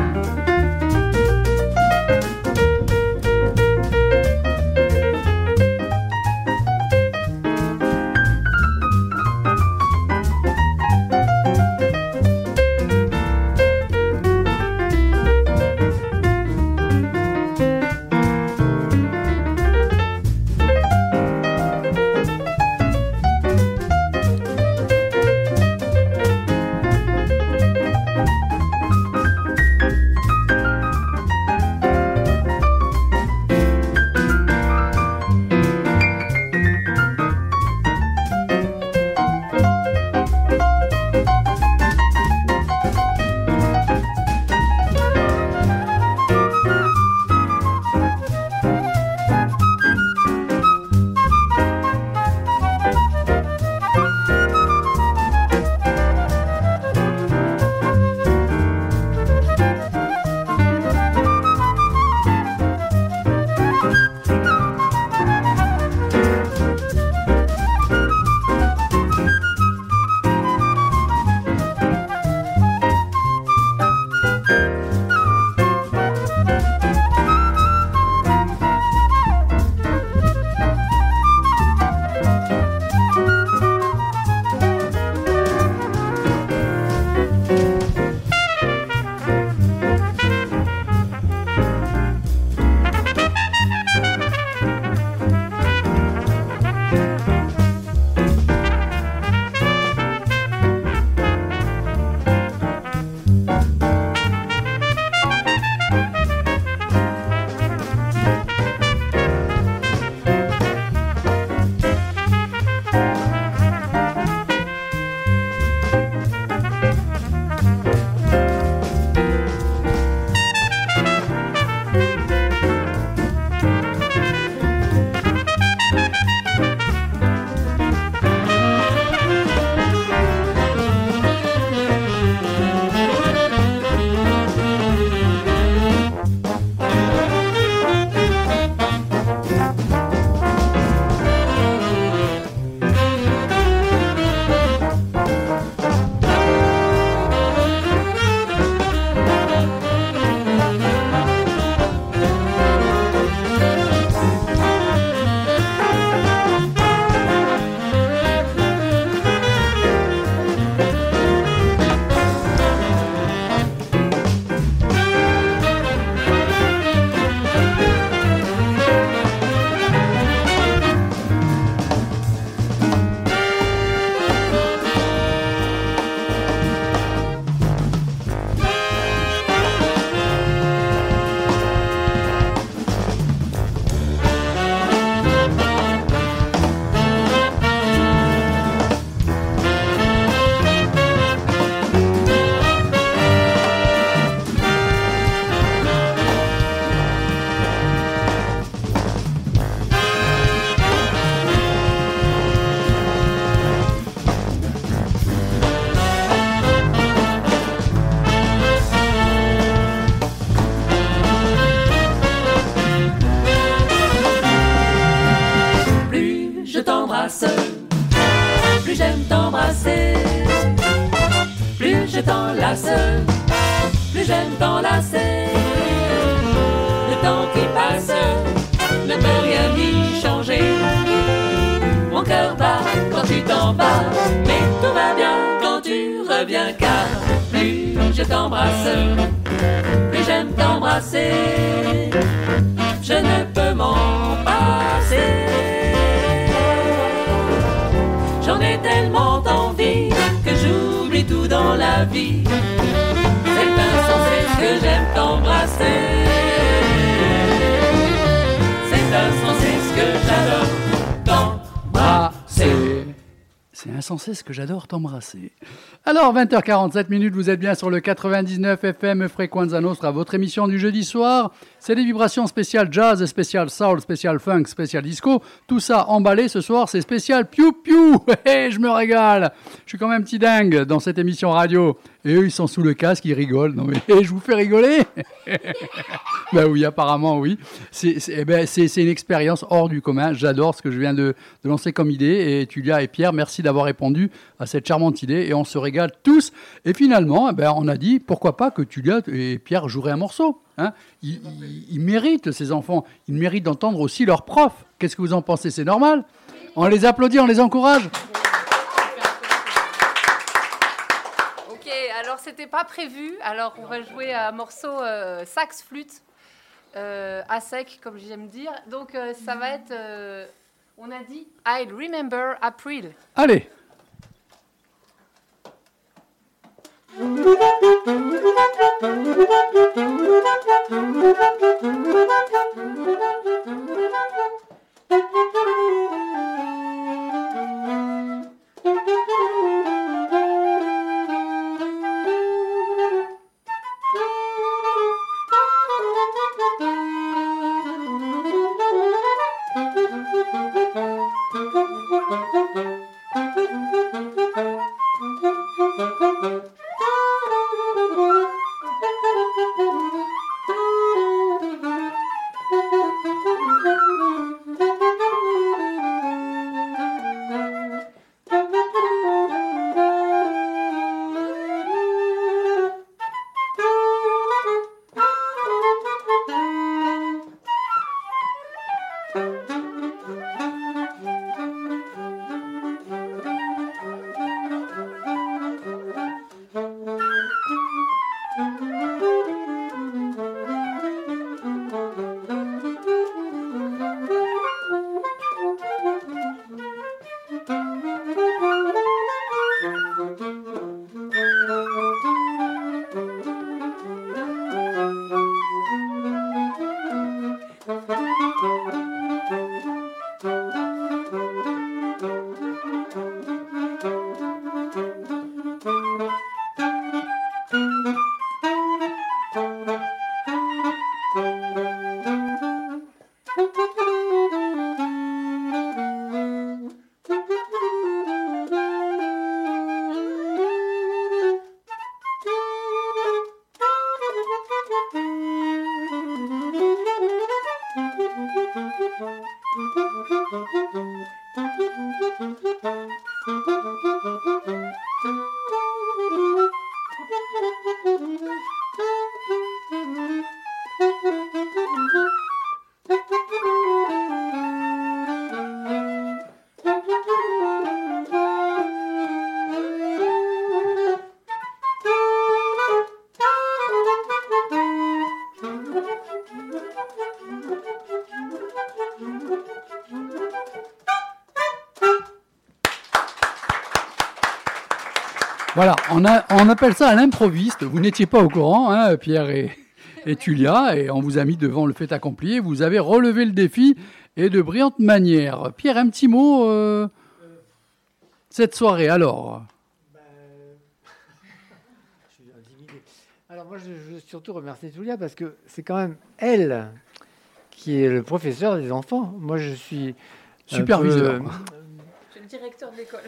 plus j'aime t'embrasser, plus je t'enlace, plus j'aime t'enlacer. Le temps qui passe ne peut rien y changer. Mon cœur bat quand tu t'en vas, mais tout va bien quand tu reviens, car plus je t'embrasse, plus j'aime t'embrasser. Je ne peux m'en passer. J'en ai tellement envie que j'oublie tout dans la vie. C'est insensé que j'aime t'embrasser. C'est insensé ce que j'adore t'embrasser. C'est insensé ce que j'adore t'embrasser. Alors, vingt heures quarante-sept minutes, vous êtes bien sur le quatre-vingt-dix-neuf F M Frequenza Nostra, votre émission du jeudi soir. C'est des vibrations spéciales jazz, spéciales soul, spéciales funk, spéciales disco. Tout ça emballé ce soir, c'est spécial piou piou. Hey, je me régale. Je suis comme un petit dingue dans cette émission radio. Et eux, ils sont sous le casque, ils rigolent. Non mais hey, je vous fais rigoler. Ben oui, apparemment oui. C'est, c'est, eh ben, c'est, c'est une expérience hors du commun. J'adore ce que je viens de, de lancer comme idée. Et Tulia et Pierre, merci d'avoir répondu à cette charmante idée. Et on se régale tous. Et finalement, eh ben, on a dit pourquoi pas que Tulia et Pierre joueraient un morceau. Hein, ils, ils, ils méritent, ces enfants, ils méritent d'entendre aussi leurs profs. Qu'est-ce que vous en pensez? C'est normal? On les applaudit, on les encourage. Ok, alors c'était pas prévu. Alors on va jouer un morceau euh, sax-flûte euh, à sec, comme j'aime dire. Donc euh, ça va être, euh, on a dit I Remember April. Allez. Voilà, on, a, on appelle ça à l'improviste. Vous n'étiez pas au courant, hein, Pierre et, et Tulia, et on vous a mis devant le fait accompli. Et vous avez relevé le défi et de brillantes manières. Pierre, un petit mot euh, cette soirée, alors ben, je suis intimidé. Alors moi, je veux surtout remercier Tulia parce que c'est quand même elle qui est le professeur des enfants. Moi, je suis superviseur. Peu, je suis le directeur de l'école.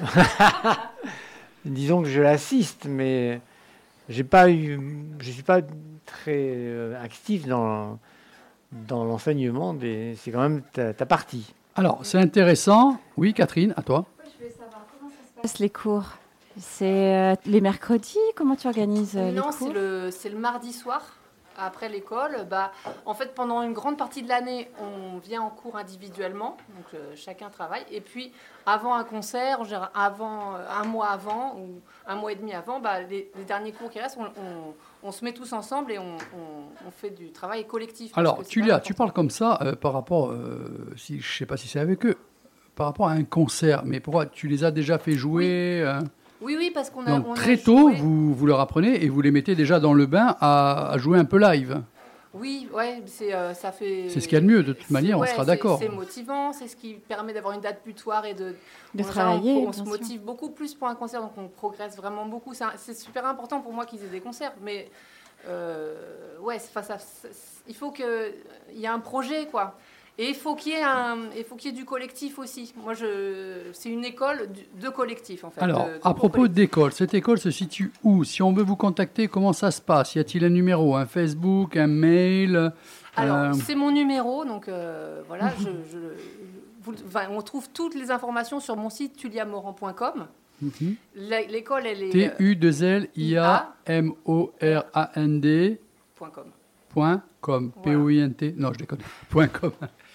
Disons que je l'assiste, mais j'ai pas eu, je suis pas très euh, actif dans, dans l'enseignement. Des, c'est quand même ta, ta partie. Alors, c'est intéressant. Oui, Catherine, à toi. Je voulais savoir comment ça se passe les cours. C'est euh, les mercredis? Comment tu organises euh, les Non, cours? c'est le, c'est le mardi soir. Après l'école, bah, en fait, pendant une grande partie de l'année, on vient en cours individuellement, donc euh, chacun travaille. Et puis, avant un concert, genre avant, euh, un mois avant ou un mois et demi avant, bah, les, les derniers cours qui restent, on, on, on se met tous ensemble et on, on, on fait du travail collectif. Alors, Tulia, tu parles comme ça euh, par rapport, euh, si, je ne sais pas si c'est avec eux, par rapport à un concert. Mais pourquoi tu les as déjà fait jouer Oui. hein Oui, oui, parce qu'on a... Donc on très a tôt, joué... vous, vous leur apprenez et vous les mettez déjà dans le bain à, à jouer un peu live. Oui, ouais, c'est, euh, ça fait... C'est ce qu'il y a de mieux, de toute manière, ouais, on sera c'est, d'accord. C'est motivant, c'est ce qui permet d'avoir une date butoir et de... De on, travailler, On, on se bien motive sûr. beaucoup plus pour un concert, donc on progresse vraiment beaucoup. C'est, un, c'est super important pour moi qu'ils aient des concerts, mais euh, ouais, c'est- 'fin, ça, c'est- il faut qu'il y ait un projet, quoi. Et il faut qu'il y ait un, il faut qu'il y ait du collectif aussi. Moi, je, c'est une école du- de collectif, en fait. Alors, de- de à propos collectif. d'école, cette école se situe où? Si on veut vous contacter, comment ça se passe? Y a-t-il un numéro, un Facebook, un mail? Alors, euh, c'est mon numéro, donc euh, voilà, je, je- vous- enfin, on trouve toutes les informations sur mon site tuliamorand point com. mhm. La- L'école, elle est T U deux L I A M O R A N D point com. point com. P O I N T. Non, je déconne. Point com.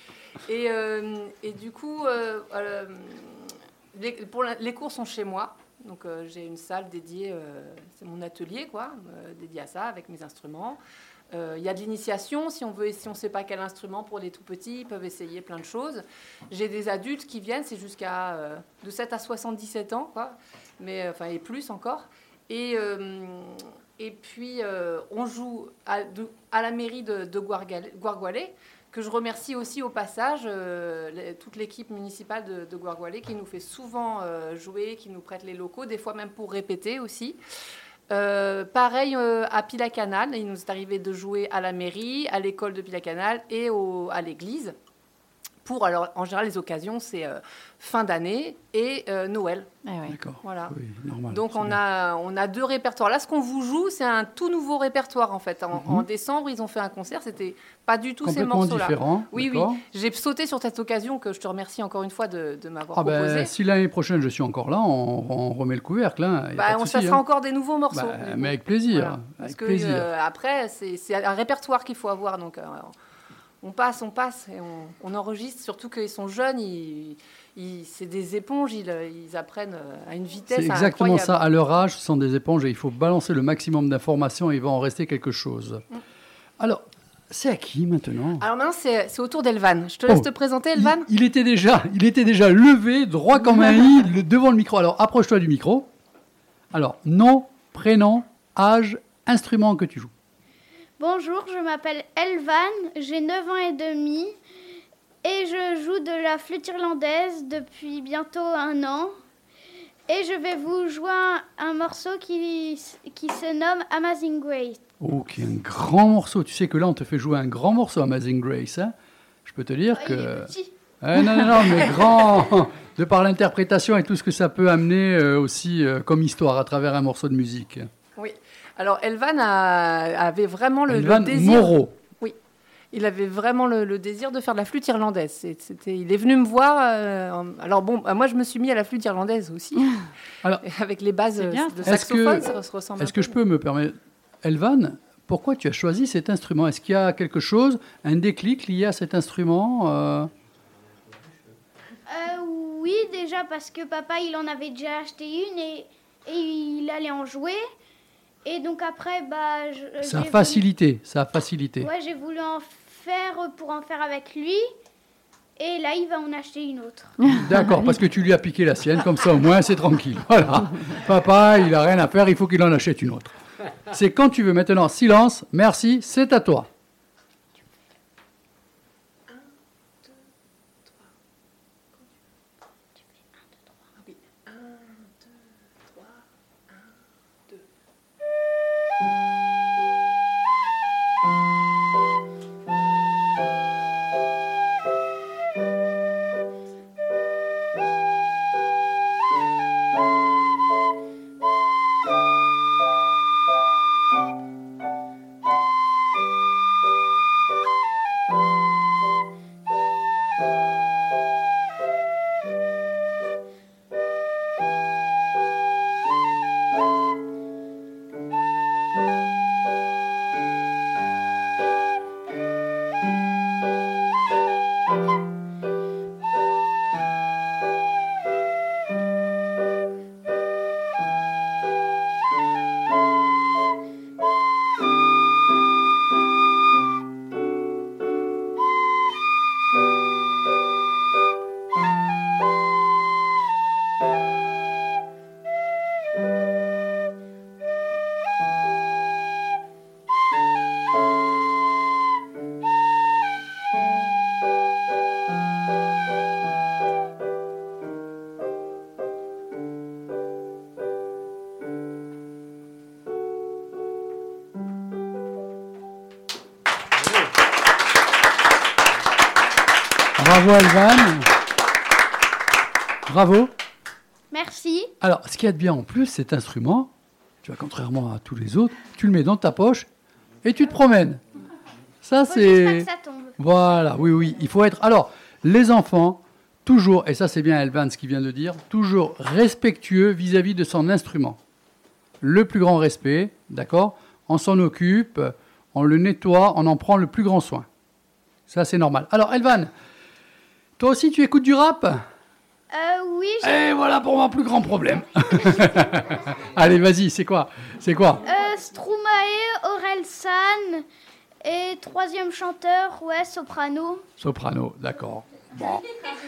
Et, euh, et du coup, euh, euh, les, pour la- les cours sont chez moi. Donc euh, j'ai une salle dédiée, euh, c'est mon atelier, quoi, euh, dédié à ça, avec mes instruments. Euh, Il y a de l'initiation, si on veut, si on ne sait pas quel instrument, pour les tout petits, ils peuvent essayer plein de choses. J'ai des adultes qui viennent, c'est jusqu'à euh, de sept à soixante-dix-sept ans, quoi, mais, enfin, et plus encore. Et, euh, et puis, euh, on joue à, de- à la mairie de, de Guargal- Guargualé, que je remercie aussi au passage, euh, les- toute l'équipe municipale de, de Guargualé, qui nous fait souvent euh, jouer, qui nous prête les locaux, des fois même pour répéter aussi. Euh, pareil euh, à Pilacanal, il nous est arrivé de jouer à la mairie, à l'école de Pilacanal et au, à l'église. Pour, alors, en général, les occasions, c'est euh, fin d'année et euh, Noël. D'accord. Voilà. Oui, normal. Donc, c'est on bien. a, on a deux répertoires. Là, ce qu'on vous joue, c'est un tout nouveau répertoire, en fait. En, Mhm. en décembre, ils ont fait un concert. C'était pas du tout ces Complètement morceaux-là. différent, Oui, oui. d'accord. J'ai sauté sur cette occasion que je te remercie encore une fois de, de m'avoir Ah ben, proposé. si l'année prochaine je suis encore là, on, on remet le couvercle. Hein. Y a Bah, pas de on, souci, ça sera hein. encore des nouveaux morceaux. Bah, du coup. mais avec plaisir. Voilà. Parce Avec que plaisir. euh, après, c'est c'est un répertoire qu'il faut avoir. Donc, euh, on passe, on passe et on, on enregistre. Surtout qu'ils sont jeunes, ils, ils- c'est des éponges. Ils, ils apprennent à une vitesse C'est exactement incroyable. ça. À leur âge, ce sont des éponges et il faut balancer le maximum d'informations et il va en rester quelque chose. Mm. Alors, c'est à qui maintenant? Alors maintenant, c'est c'est au tour d'Elvan. Je te laisse Oh, te présenter, Elvan. il, il était déjà, il était déjà levé, droit comme un i, le- devant le micro. Alors, approche-toi du micro. Alors, nom, prénom, âge, instrument que tu joues. Bonjour, je m'appelle Elvan, j'ai neuf ans et demi et je joue de la flûte irlandaise depuis bientôt un an. Et je vais vous jouer un, un morceau qui, qui se nomme Amazing Grace. Oh, qui est un grand morceau. Tu sais que là, on te fait jouer un grand morceau, Amazing Grace. Hein. Je peux te dire Ah, que... il est petit. Eh, non, non, non, mais grand, de par l'interprétation et tout ce que ça peut amener euh, aussi euh, comme histoire à travers un morceau de musique. Oui. Alors, Elvan a- avait vraiment le, le Elvan désir. Moreau. Oui. Il avait vraiment le, le désir de faire de la flûte irlandaise. C'est- C'était, il est venu me voir. euh, en- alors bon, bah, moi je me suis mis à la flûte irlandaise aussi, Alors, Et avec les bases C'est bien, de Est-ce saxophone, que, ça se ressemble. un est-ce que peu. je peux me permettre... Elvan, pourquoi tu as choisi cet instrument? Est-ce qu'il y a quelque chose, un déclic lié à cet instrument euh, Euh, oui, déjà parce que papa, il en avait déjà acheté une et, et il allait en jouer. Et donc après, bah, je, Ça a j'ai facilité, ça a facilité. voulu, ouais, j'ai voulu en faire pour en faire avec lui. Et là, il va en acheter une autre. D'accord, parce que tu lui as piqué la sienne, comme ça au moins c'est tranquille. Voilà. Papa, il a rien à faire, il faut qu'il en achète une autre. C'est quand tu veux maintenant. Silence, merci, c'est à toi. Bravo Elvan. Bravo. Merci. Alors, ce qu'il y a de bien en plus, cet instrument, tu vois, contrairement à tous les autres, tu le mets dans ta poche et tu te promènes. Ça, Faut juste pas c'est... que ça tombe. Voilà, oui, oui, il faut être... Alors, les enfants, toujours, et ça c'est bien Elvan ce qu'il vient de dire, toujours respectueux vis-à-vis de son instrument. Le plus grand respect, d'accord ? On s'en occupe, on le nettoie, on en prend le plus grand soin. Ça, c'est normal. Alors, Elvan, toi aussi, tu écoutes du rap ? Euh, oui, j'ai... Et voilà pour mon plus grand problème. Allez, vas-y, c'est quoi ? C'est quoi ? Euh, Stromae, Orelsan et troisième chanteur, ouais, soprano. Soprano, d'accord. Bon.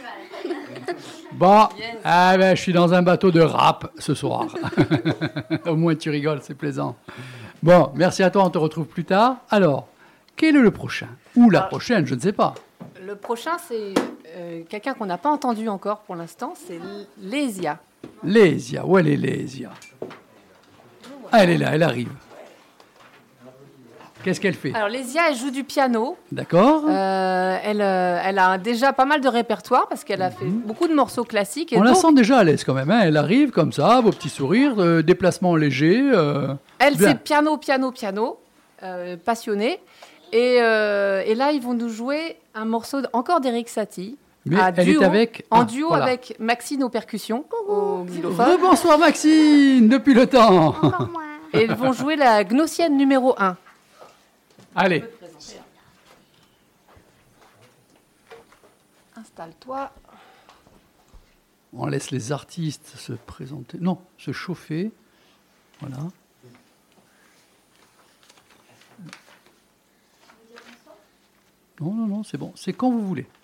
Bon, ah ben, je suis dans un bateau de rap ce soir. Au moins, tu rigoles, c'est plaisant. Bon, merci à toi, on te retrouve plus tard. Alors, quel est le prochain ? Ou la prochaine, je ne sais pas. Le prochain, c'est euh, quelqu'un qu'on n'a pas entendu encore pour l'instant, c'est Lésia. Lésia, où elle est Lésia ? Ah, elle est là, elle arrive. Qu'est-ce qu'elle fait ? Alors Lésia, elle joue du piano. D'accord. Euh, elle, euh, elle a déjà pas mal de répertoire parce qu'elle a fait beaucoup de morceaux classiques. Et On la donc, sent déjà à l'aise quand même. Hein. Elle arrive comme ça, beau petit sourire, euh, déplacement léger. Euh, elle, bien. c'est piano, piano, piano, euh, passionnée. Et, euh, et là, ils vont nous jouer un morceau encore d'Eric Satie. Mais à elle duo, est avec... en ah, duo voilà. avec Maxine aux percussions, au xylophone. Rebonsoir Maxine, depuis le temps. Encore moi. Et ils vont jouer la Gnossienne numéro un. Allez. Installe-toi. On laisse les artistes se présenter. Non, se chauffer. Voilà. Non, non, non, c'est bon. C'est quand vous voulez.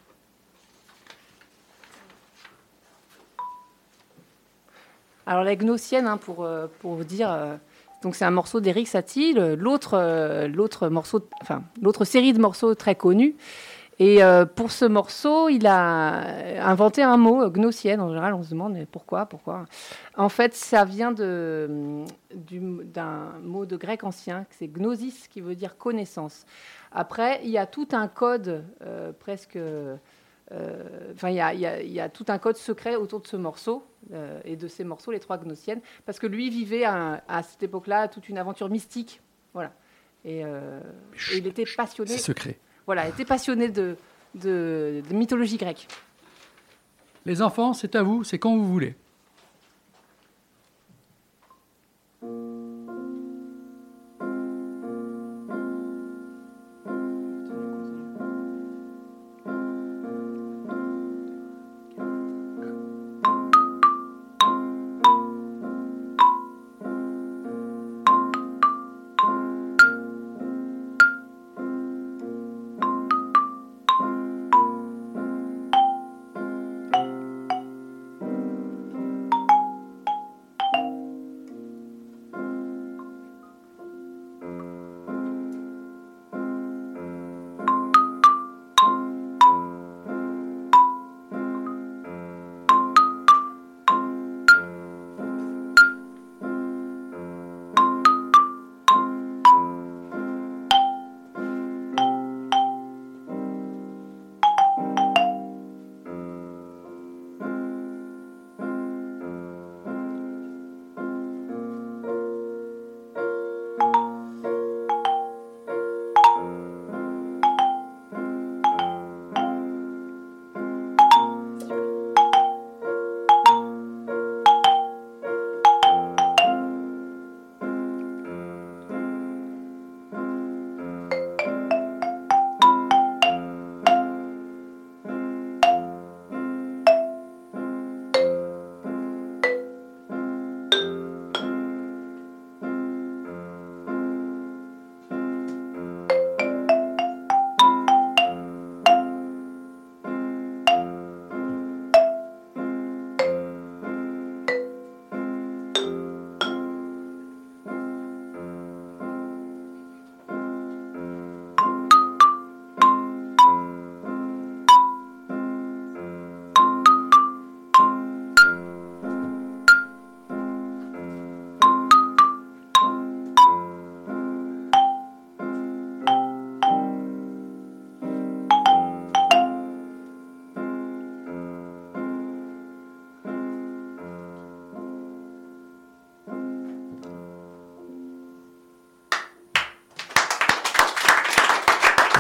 Alors la Gnossienne, hein, pour, euh, pour vous dire, euh, donc c'est un morceau d'Eric Satie, le- l'autre, euh, l'autre morceau, de- enfin l'autre série de morceaux très connus. Et euh, pour ce morceau, il a inventé un mot, euh, Gnossienne. En général, on se demande mais pourquoi, pourquoi. En fait, ça vient de, du- d'un mot de grec ancien, c'est gnosis, qui veut dire connaissance. Après, il y a tout un code euh, presque. euh, Enfin, il y a, il y a- il y a tout un code secret autour de ce morceau euh, et de ces morceaux, les trois Gnossiennes, parce que lui vivait à, à cette époque-là toute une aventure mystique, voilà. Et, euh, et il était passionné. C'est secret. Voilà, il était passionné de, de, de mythologie grecque. Les enfants, c'est à vous, c'est quand vous voulez.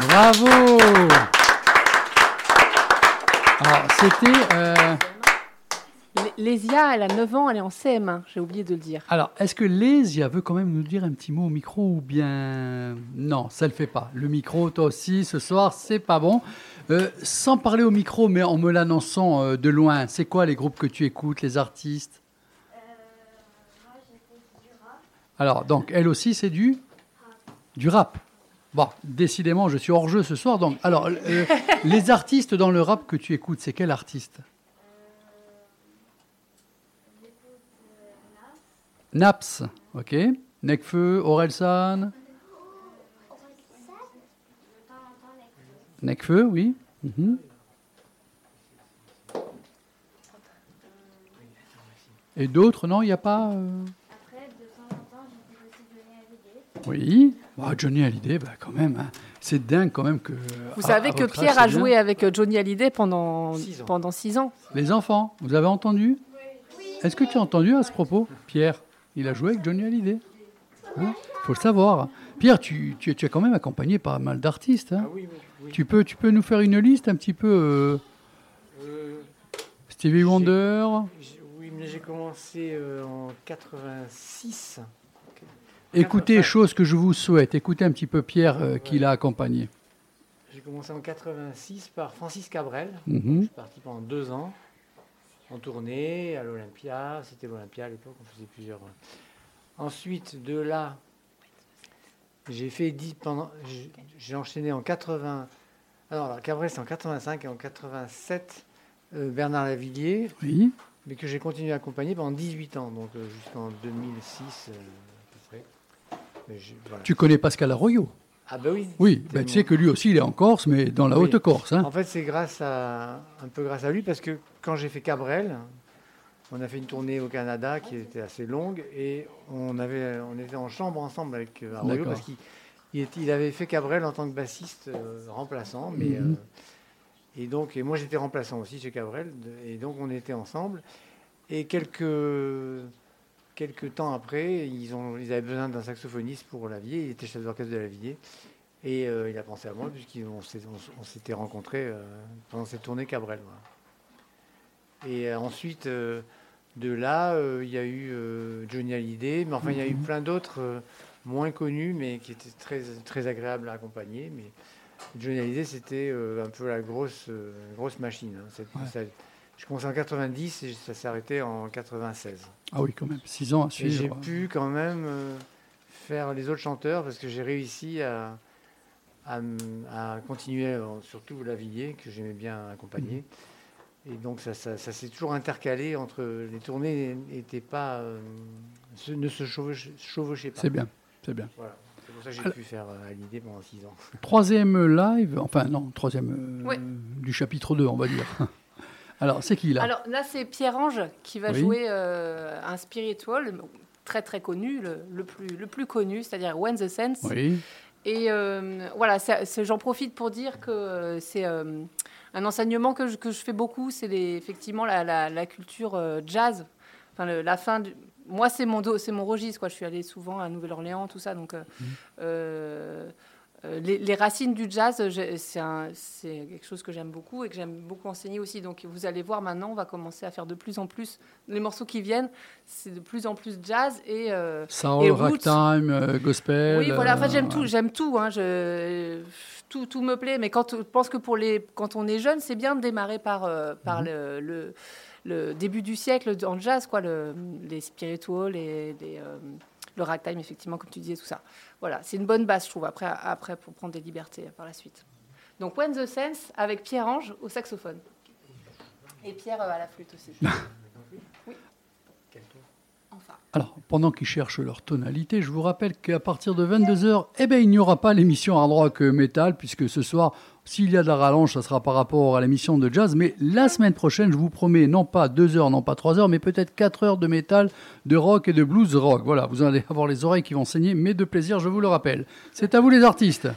Bravo. Alors, c'était... euh, Lésia, elle a neuf ans, elle est en C M un, j'ai oublié de le dire. Alors, est-ce que Lésia veut quand même nous dire un petit mot au micro ou bien... Non, ça ne le fait pas. Le micro, toi aussi, ce soir, c'est pas bon. Euh, sans parler au micro, mais en me l'annonçant euh, de loin, c'est quoi les groupes que tu écoutes, les artistes? Alors, donc, elle aussi, c'est du Du rap. Bon, décidément, je suis hors jeu ce soir. Donc, alors, euh, les artistes dans le rap que tu écoutes, c'est quel artiste? Naps, ok. Nekfeu, Orelsan. Nekfeu, oui. Mhm. Et d'autres, non, il n'y a pas. euh, Oui. Bah, Johnny Hallyday, bah, quand même. hein. C'est dingue quand même que. Vous à- savez à que votre âge, Pierre c'est a bien. joué avec euh, Johnny Hallyday pendant Six ans. pendant six ans. Les enfants, vous avez entendu? Est-ce que tu as entendu à ce propos? Pierre, il a joué avec Johnny Hallyday. Il faut le savoir. Pierre, tu, tu, tu as quand même accompagné pas mal d'artistes. hein. Ah oui, oui, oui. Tu, peux, tu peux nous faire une liste un petit peu euh, Euh, Stevie j'ai- Wonder. j'ai- Oui, mais j'ai commencé euh, en quatre-vingt-six. Écoutez, Quatre- chose que je vous souhaite. Écoutez un petit peu Pierre euh, qui Ouais. l'a accompagné. J'ai commencé en quatre-vingt-six par Francis Cabrel. Mhm. Je suis parti pendant deux ans en tournée à l'Olympia. C'était l'Olympia à l'époque, on faisait plusieurs. Ensuite, de là, j'ai fait dix pendant. j'ai- J'ai enchaîné en quatre-vingts. Alors, alors, Cabrel, c'est en quatre-vingt-cinq et en quatre-vingt-sept, euh, Bernard Lavillier, Oui. mais que j'ai continué à accompagner pendant dix-huit ans, donc euh, jusqu'en deux mille six euh, à peu près. Mais j'ai- voilà. Tu connais Pascal Arroyo? Ah ben oui. Oui. c'était Ben, tu mon- sais que lui aussi, il est en Corse, mais dans la Oui. Haute-Corse. hein. En fait, c'est grâce à un peu grâce à lui parce que quand j'ai fait Cabrel, on a fait une tournée au Canada qui était assez longue et on avait on était en chambre ensemble avec euh, Arroyo D'accord. parce qu'il il était- il avait fait Cabrel en tant que bassiste euh, remplaçant, mais Mhm. euh, et donc et moi j'étais remplaçant aussi chez Cabrel de- et donc on était ensemble et quelques quelques temps après ils ont ils avaient besoin d'un saxophoniste pour Lavillier, il était chef d'orchestre de Lavillier. Et euh, il a pensé à moi puisqu'on s'est- on, on s'était rencontrés euh, pendant cette tournée Cabrel. Voilà. Et euh, ensuite, euh, de là, euh, il y a eu euh, Johnny Hallyday, mais enfin il y a eu plein d'autres euh, moins connus, mais qui étaient très, très agréables à accompagner. Mais Johnny Hallyday, c'était euh, un peu la grosse, euh, grosse machine. hein. C'est- Ouais. ça- je commençais en quatre-vingt-dix et ça s'est arrêté en quatre-vingt-seize. Ah oui, quand même. Six ans à Et suivre. j'ai pu quand même euh, faire les autres chanteurs parce que j'ai réussi à, à, m- à continuer, euh, surtout Lavillier, que j'aimais bien accompagner. Et donc ça, ça, ça s'est toujours intercalé entre les tournées n'étaient pas, euh, se- ne se chevauch- chevauchaient pas. C'est bien. C'est bien. Voilà. C'est pour ça que j'ai Alors- pu faire euh, Hallyday pendant six ans. Troisième live, enfin non, troisième euh, Oui. du chapitre deux, on va dire. Alors, c'est qui là? Alors là, c'est Pierre-Ange qui va Oui. jouer euh, un spiritual très très connu, le, le plus, le plus connu, c'est-à-dire When the Sense. Oui. Et euh, voilà, c'est- c'est- j'en profite pour dire que euh, c'est euh, un enseignement que je, que je fais beaucoup, c'est les- effectivement la, la- la culture euh, jazz. Enfin, le- la fin du... Moi, c'est mon, do- c'est mon registre, quoi. Je suis allée souvent à Nouvelle-Orléans, tout ça. Donc, euh, euh, euh, les, les racines du jazz, j'ai- c'est un- c'est quelque chose que j'aime beaucoup et que j'aime beaucoup enseigner aussi. Donc, vous allez voir, maintenant, on va commencer à faire de plus en plus... Les morceaux qui viennent, c'est de plus en plus jazz et... euh, Soul, et roots. ragtime, euh, gospel. Oui, voilà. En fait, j'aime euh, tout. J'aime tout. Hein. Je, tout, tout me plaît. Mais quand, je pense que pour les, quand on est jeune, c'est bien de démarrer par, euh, par le, le, le début du siècle en jazz, quoi. Le, les spirituals, les, les, euh, le ragtime, effectivement, comme tu disais, tout ça. Voilà, c'est une bonne base, je trouve. Après, après pour prendre des libertés par la suite. Donc, When the Sense avec Pierre-Ange au saxophone et Pierre euh, à la flûte aussi. Oui. Enfin. Alors, pendant qu'ils cherchent leur tonalité, je vous rappelle qu'à partir de vingt-deux heures, eh ben, il n'y aura pas l'émission Hard Rock Metal, puisque ce soir, s'il y a de la rallonge, ça sera par rapport à l'émission de jazz. Mais la semaine prochaine, je vous promets, non pas deux heures, non pas trois heures, mais peut-être quatre heures de métal, de rock et de blues rock. Voilà, vous allez avoir les oreilles qui vont saigner, mais de plaisir, je vous le rappelle. C'est à vous les artistes.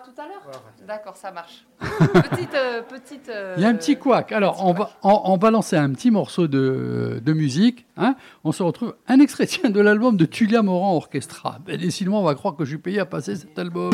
voir tout à l'heure. Voilà. D'accord, ça marche. petite, euh, petite. euh, Il y a un petit couac. Alors, on va, on, on va lancer un petit morceau de, de musique. Hein. On se retrouve un extrait tiens, de l'album de Tulia Morand Orchestra. Ben, décidément, on va croire que je suis payé à passer cet album.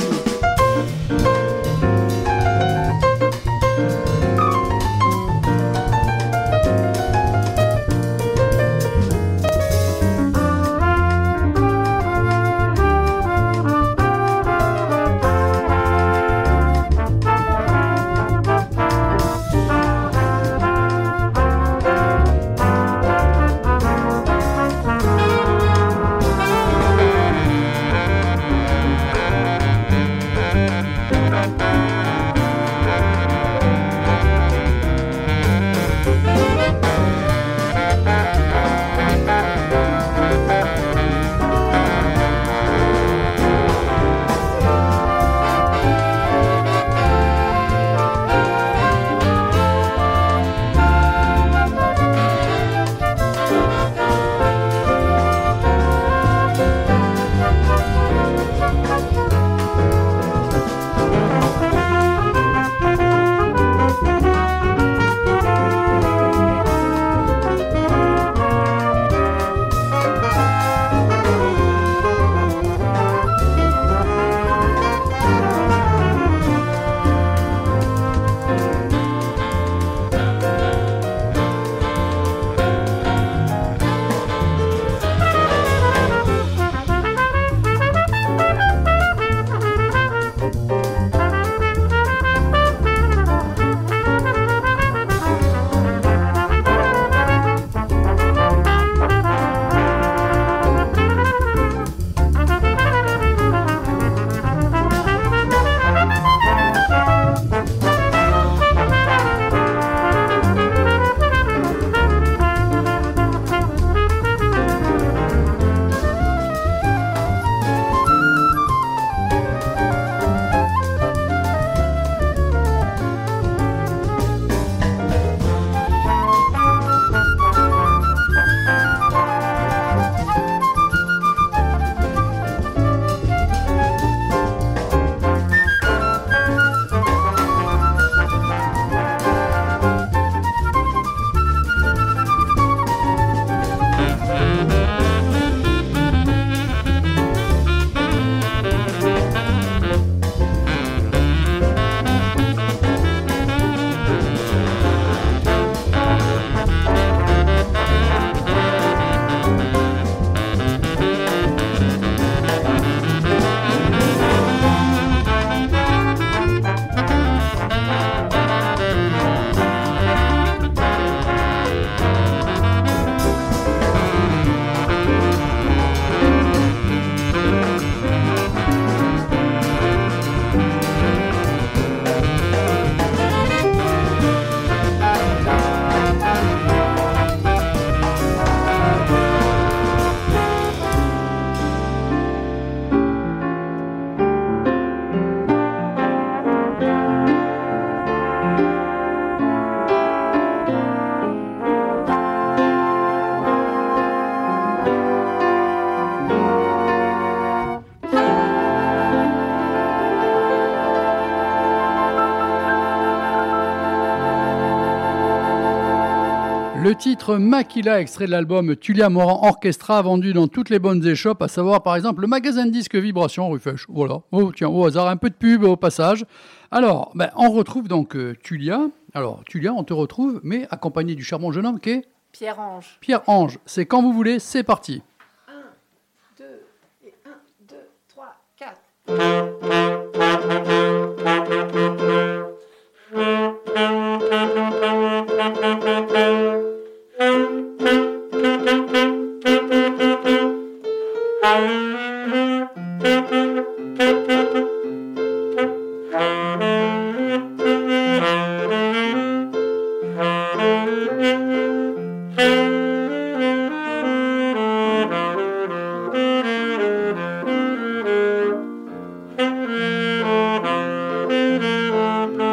Le titre Makila, extrait de l'album Tulia Morand Orchestra, vendu dans toutes les bonnes échoppes, à savoir par exemple le magasin de disques Vibration rue Fèche. Voilà, oh, tiens, au hasard, un peu de pub au passage. Alors, ben, on retrouve donc euh, Tulia. Alors, Tulia, on te retrouve, mais accompagné du charmant jeune homme qui est Pierre-Ange. Pierre-Ange. C'est quand vous voulez, c'est parti. un, deux, et un, deux, trois, quatre. Thank you.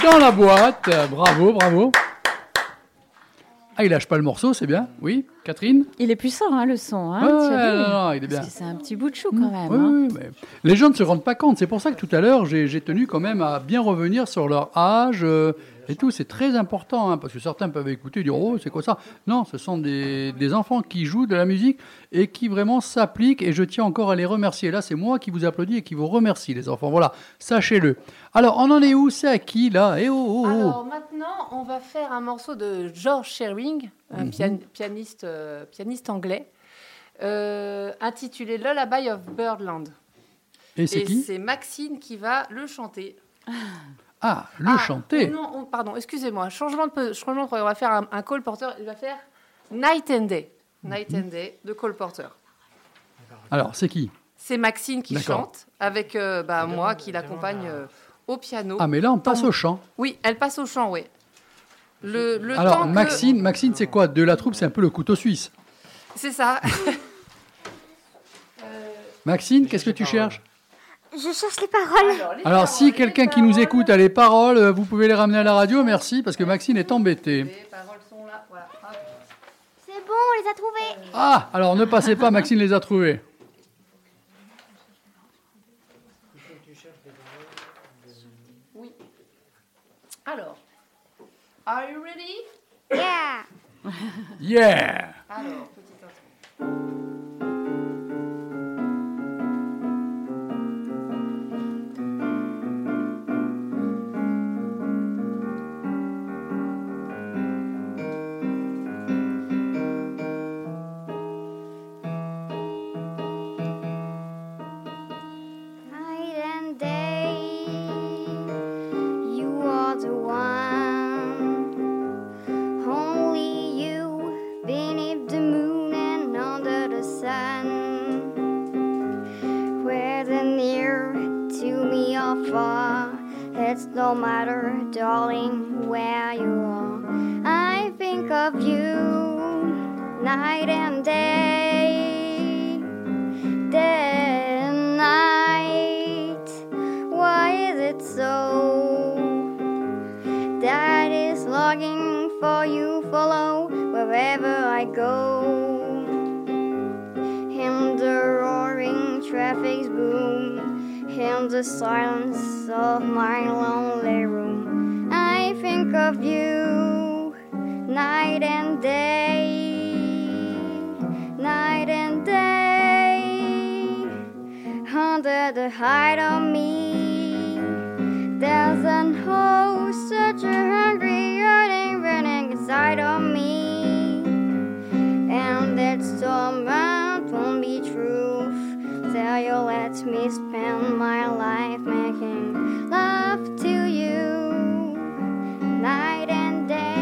dans la boîte. Bravo, bravo. Ah, il lâche pas le morceau, c'est bien. Oui, Catherine. Il est puissant, hein, le son. Hein, Ouais, Thierry. non, non, il est bien. Parce que c'est un petit bout de chou quand même. Oui, hein. oui, mais les gens ne se rendent pas compte. C'est pour ça que tout à l'heure, j'ai, j'ai tenu quand même à bien revenir sur leur âge euh, et tout. C'est très important, hein, parce que certains peuvent écouter et dire « Oh, c'est quoi ça ?» Non, ce sont des, des enfants qui jouent de la musique et qui vraiment s'appliquent. Et je tiens encore à les remercier. Là, c'est moi qui vous applaudis et qui vous remercie, les enfants. Voilà, sachez-le. Alors, on en est où? C'est à qui, là? Eh oh, oh, oh. Alors maintenant, on va faire un morceau de George Shearing, un Mhm. pian- pianiste, euh, pianiste anglais, euh, intitulé Lullaby of Birdland. Et c'est qui? c'est Maxine qui va le chanter. Ah, le Ah, chanter. Non, on- pardon, excusez-moi. Changement de, pe- changement de programme. On va faire un, un Cole Porter. Il va faire Night and Day. Night Mhm. and Day de Cole Porter. Alors, c'est qui? C'est Maxine qui D'accord. chante avec euh, bah, moi qui l'accompagne euh, au piano. Ah, mais là, on passe Tant- au chant. Oui, elle passe au chant, oui. Le, le Alors, temps que- Maxine, Maxine, c'est quoi? De la troupe, c'est un peu le couteau suisse. C'est ça. Maxine, qu'est-ce que tu cherches? Je cherche les paroles. Alors, si quelqu'un qui nous écoute a les paroles, euh, vous pouvez les ramener à la radio, merci, parce que Maxine est embêtée. Les paroles sont là. Voilà. Hop. C'est bon, on les a trouvés. Ah, alors ne passez pas, Maxine les a trouvés. Oui. Alors, are you ready? Yeah. Yeah! Alors, petit instant. Night and day, you are the one. Only you, beneath the moon and under the sun. Whether near to me or far, it's no matter, darling, where you are. I think of you night and day, day and night. Why is it so that is longing for you follow wherever I go? In the roaring traffic's boom, in the silence of my lonely room, I think of you night and day, night and day. Under the height of me, there's an host, such a hungry yearning burning inside of me, and that storm won't be truth till you let me spend my life making love to you night and day.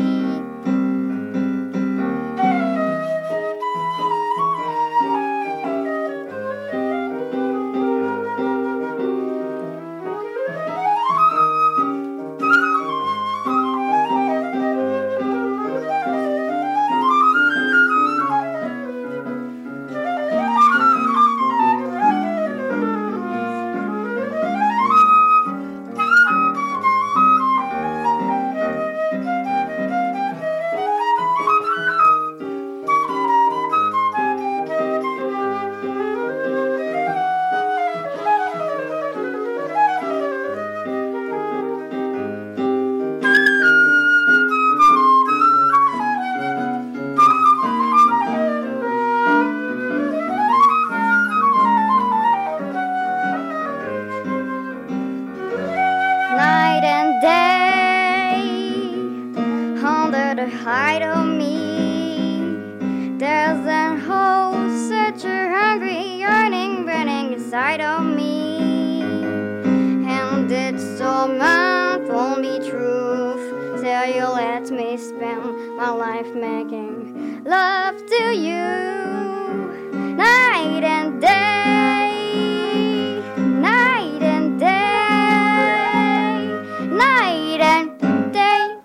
Night and day, under the height of me, there's an hole, such a hungry yearning burning inside of me, and it's so much won't be truth till you let me spend my life making love to you night and day, night and day. Night and day.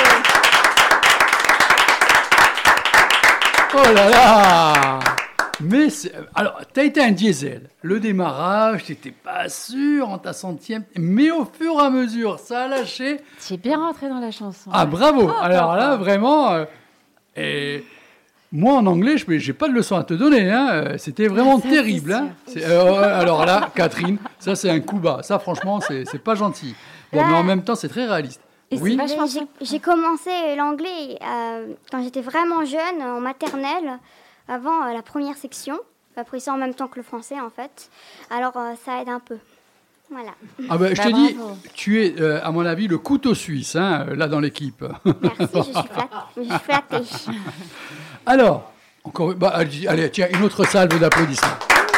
Oh là là! Mais c'est- alors, tu as été un diesel. Le démarrage, tu n'étais pas sûr en ta centième. Mais au fur et à mesure, ça a lâché. Tu es bien rentré dans la chanson. Ah, bravo. Oh, Alors là, papa. vraiment. euh, et moi, en anglais, je n'ai pas de leçon à te donner. Hein. euh, C'était vraiment Ça, c'est terrible. Hein. C'est- euh, ouais, alors là, Catherine, ça, c'est un coup bas. Ça, franchement, c'est c'est pas gentil. Bon, Là- mais en même temps, c'est très réaliste. Et Oui. c'est vachement J'ai- J'ai commencé l'anglais euh, quand j'étais vraiment jeune, en maternelle, avant euh, la première section. J'ai appris ça en même temps que le français, en fait. Alors, euh, ça aide un peu. Voilà. Ah ben, je Bah, te dis, bravo. tu es, euh, à mon avis, le couteau suisse, hein, là, dans l'équipe. Merci, je suis flattée. Je suis flattée. Alors, encore, bah, allez, allez, tiens, une autre salve d'applaudissements.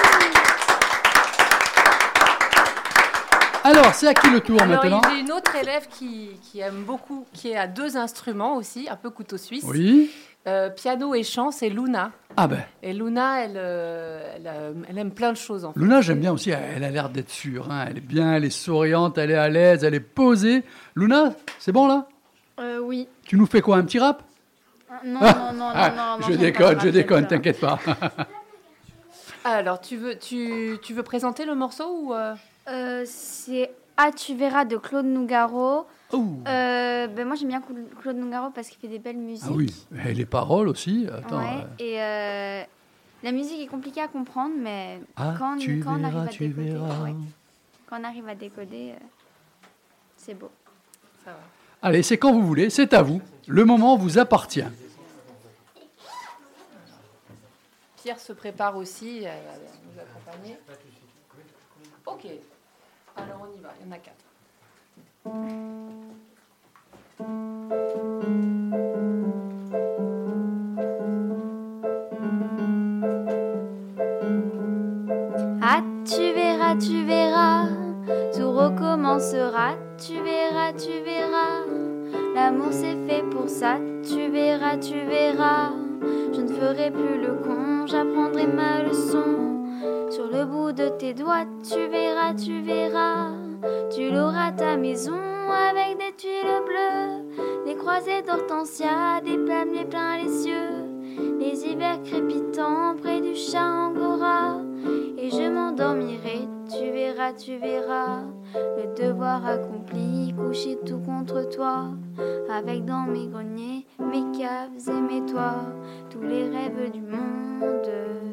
Alors, c'est à qui le tour Alors, maintenant? j'ai une autre élève qui, qui aime beaucoup, qui est à deux instruments aussi, un peu couteau suisse. Oui. Euh, piano et chant, c'est Luna. Ah ben, Et Luna, elle, euh, elle, euh, elle aime plein de choses en fait. Luna, j'aime bien aussi, elle a l'air d'être sûre. Hein. Elle est bien, elle est souriante, elle est à l'aise, elle est posée. Luna, c'est bon là? Euh, oui. Tu nous fais quoi, un petit rap? Non, Ah, non, non, ah, non, non, je j'aime déconne, pas, je j'aime déconne, pas. t'inquiète pas. Alors, tu veux, tu, tu veux présenter le morceau ou euh Euh, c'est Ah, tu verras de Claude Nougaro. Oh. Euh, ben moi, j'aime bien Claude Nougaro parce qu'il fait des belles musiques. Ah oui, et les paroles aussi. Attends, Ouais, euh, et euh, la musique est compliquée à comprendre, mais Ah, quand, tu quand on arrive verras, à tu décoder, verras. ouais, quand on arrive à décoder, euh, c'est beau. Ça va. Allez, c'est quand vous voulez, c'est à vous. Le moment vous appartient. Pierre se prépare aussi à nous accompagner. Ok. Alors, on y va. Il y en a quatre. Ah, tu verras, tu verras, tout recommencera. Tu verras, tu verras, l'amour c'est fait pour ça. Tu verras, tu verras, je ne ferai plus le con, j'apprendrai ma leçon. Sur le bout de tes doigts, tu verras, tu verras, tu l'auras ta maison avec des tuiles bleues, des croisées d'hortensia, des palmiers plein les cieux, les hivers crépitants près du chat angora. Et je m'endormirai, tu verras, tu verras, le devoir accompli, couché tout contre toi, avec dans mes greniers, mes caves et mes toits, tous les rêves du monde.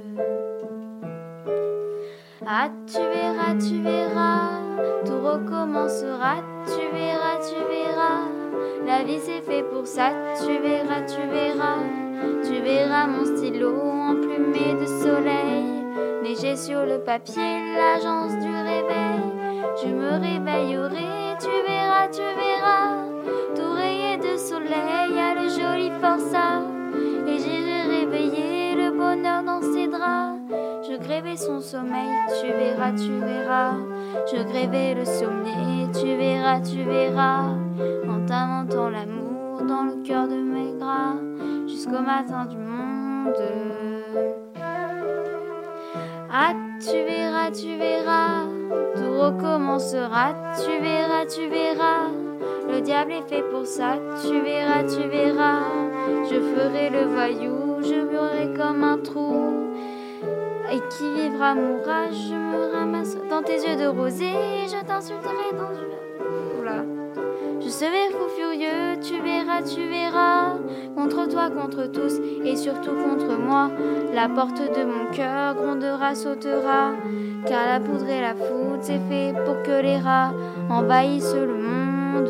Ah, tu verras, tu verras, tout recommencera. Tu verras, tu verras, la vie c'est fait pour ça. Tu verras, tu verras, tu verras mon stylo emplumé de soleil, neigé sur le papier, l'agence du réveil. Je me réveillerai, tu verras, tu verras, tout rayé de soleil à le joli forçat. Et j'irai réveiller le bonheur dans ses draps. Je grévais son sommeil, tu verras, tu verras. Je grévais le sommier, tu verras, tu verras. En t'inventant l'amour dans le cœur de mes gras, jusqu'au matin du monde. Ah, tu verras, tu verras, tout recommencera. Tu verras, tu verras, le diable est fait pour ça. Tu verras, tu verras, je ferai le voyou, je buerai comme un trou. Et qui vivra mourra, je me ramasse dans tes yeux de rosée et je t'insulterai dans du... Oula. Je serai fou furieux, tu verras, tu verras, contre toi, contre tous et surtout contre moi. La porte de mon cœur grondera, sautera, car la poudre et la foudre, c'est fait pour que les rats envahissent le monde.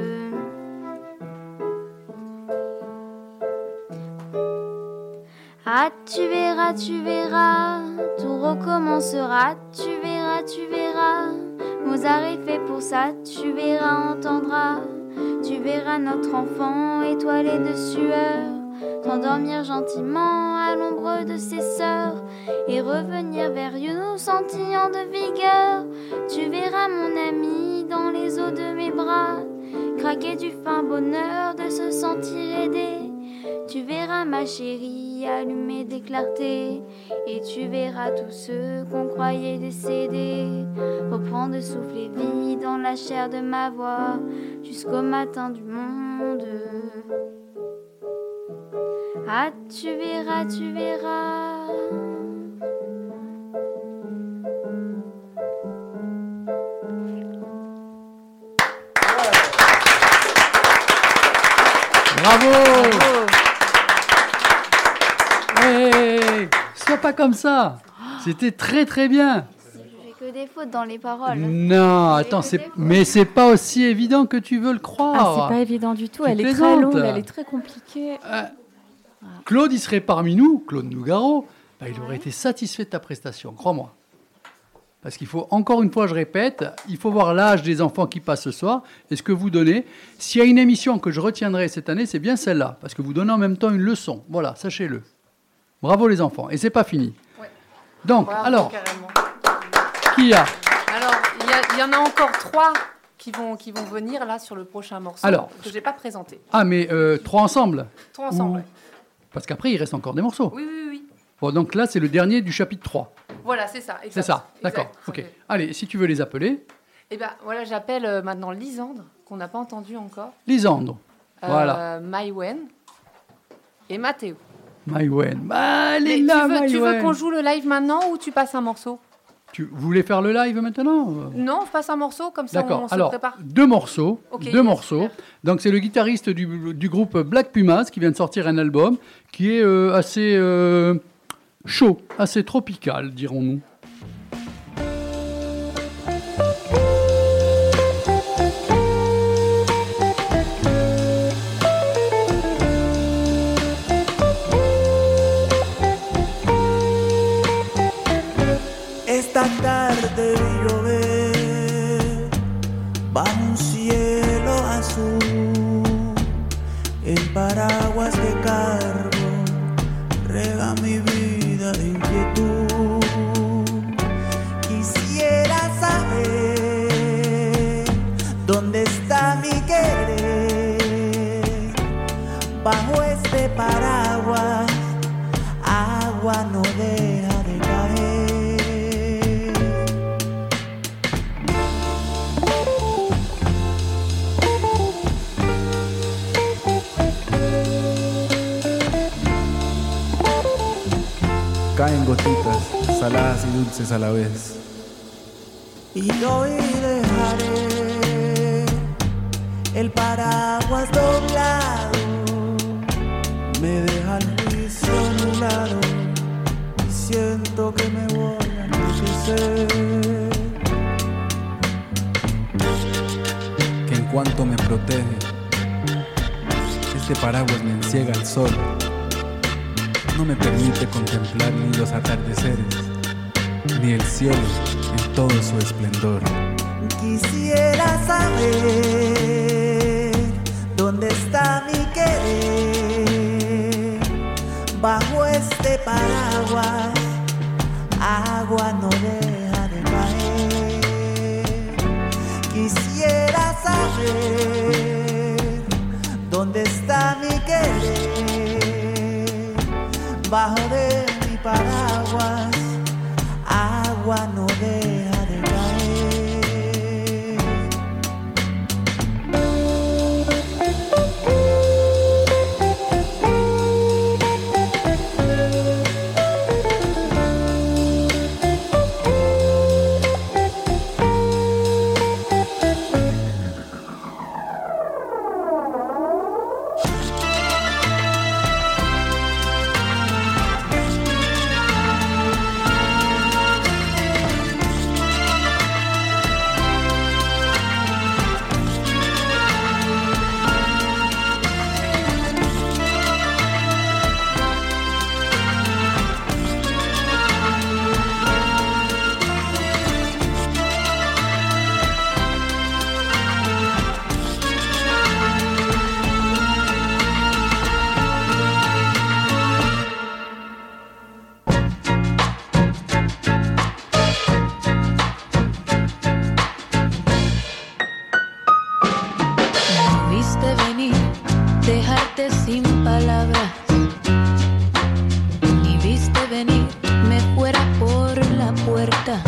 Ah, tu verras, tu verras, tout recommencera. Tu verras, tu verras, Mozart est fait pour ça. Tu verras, entendras, tu verras notre enfant étoilé de sueur s'endormir gentiment à l'ombre de ses sœurs et revenir vers nous scintillant de vigueur. Tu verras mon ami dans les eaux de mes bras craquer du fin bonheur de se sentir aidé. Tu verras ma chérie allumer des clartés et tu verras tous ceux qu'on croyait décédés reprendre souffle et vie dans la chair de ma voix jusqu'au matin du monde. Ah, tu verras, tu verras, Bravo. Hey, sois pas comme ça. C'était très très bien. J'ai que des fautes dans les paroles. Non, attends, c'est... mais c'est pas aussi évident que tu veux le croire. Ah, c'est pas évident du tout. Tu Elle est plaisantes. très longue, elle est très compliquée. Euh, Claude, il serait parmi nous, Claude Nougaro, bah, il aurait été satisfait de ta prestation, crois-moi. Parce qu'il faut, encore une fois, je répète, il faut voir l'âge des enfants qui passent ce soir et ce que vous donnez. S'il y a une émission que je retiendrai cette année, c'est bien celle-là, parce que vous donnez en même temps une leçon. Voilà, sachez-le. Bravo les enfants. Et c'est pas fini. Ouais. Donc, Bravo, alors, carrément. qui a Alors, il y, il y en a encore trois qui vont, qui vont venir là sur le prochain morceau Alors, que je n'ai pas présenté. Ah, mais euh, trois ensemble. Trois ensemble, Ou- ouais. Parce qu'après, il reste encore des morceaux. Oui, oui, oui. Bon, donc là, c'est le dernier du chapitre trois. Voilà, c'est ça. Exact, C'est ça, d'accord. exact. Ok. Allez, si tu veux les appeler, Eh bien, voilà, j'appelle euh, maintenant Lisandre, qu'on n'a pas entendu encore. Lisandre. Euh, Voilà. Maïwen et Mathéo. Maïwen. Bah, elle est Mais là, tu veux, tu veux Maïwen. qu'on joue le live maintenant ou tu passes un morceau? Tu voulais faire le live maintenant? Non, on passe un morceau, comme ça on, D'accord. se Alors, prépare. deux morceaux. Ok, deux yes, morceaux. super. Donc, c'est le guitariste du, du groupe Black Pumas qui vient de sortir un album qui est euh, assez euh, chaud, assez tropical, dirons-nous. Esta tarde vi llover bajo un cielo azul. El paraguas que cargo rega mi vida de inquietud. Quisiera saber dónde está mi querer. Bajo este paraguas agua no deja de caer. Caen gotitas, saladas y dulces a la vez. Y hoy dejaré el paraguas doblado. Me deja el juicio anulado y siento que me voy a enloquecer. Que en cuanto me protege, este paraguas me enciega el sol. No me permite contemplar ni los atardeceres, ni el cielo en todo su esplendor. Quisiera saber dónde está mi querer. Bajo este paraguas agua no deja de caer. Quisiera saber dónde está mi querer. Bajo de mi paraguas agua no deja de No viste venir, dejarte sin palabras. Ni viste venir, me fuera por la puerta.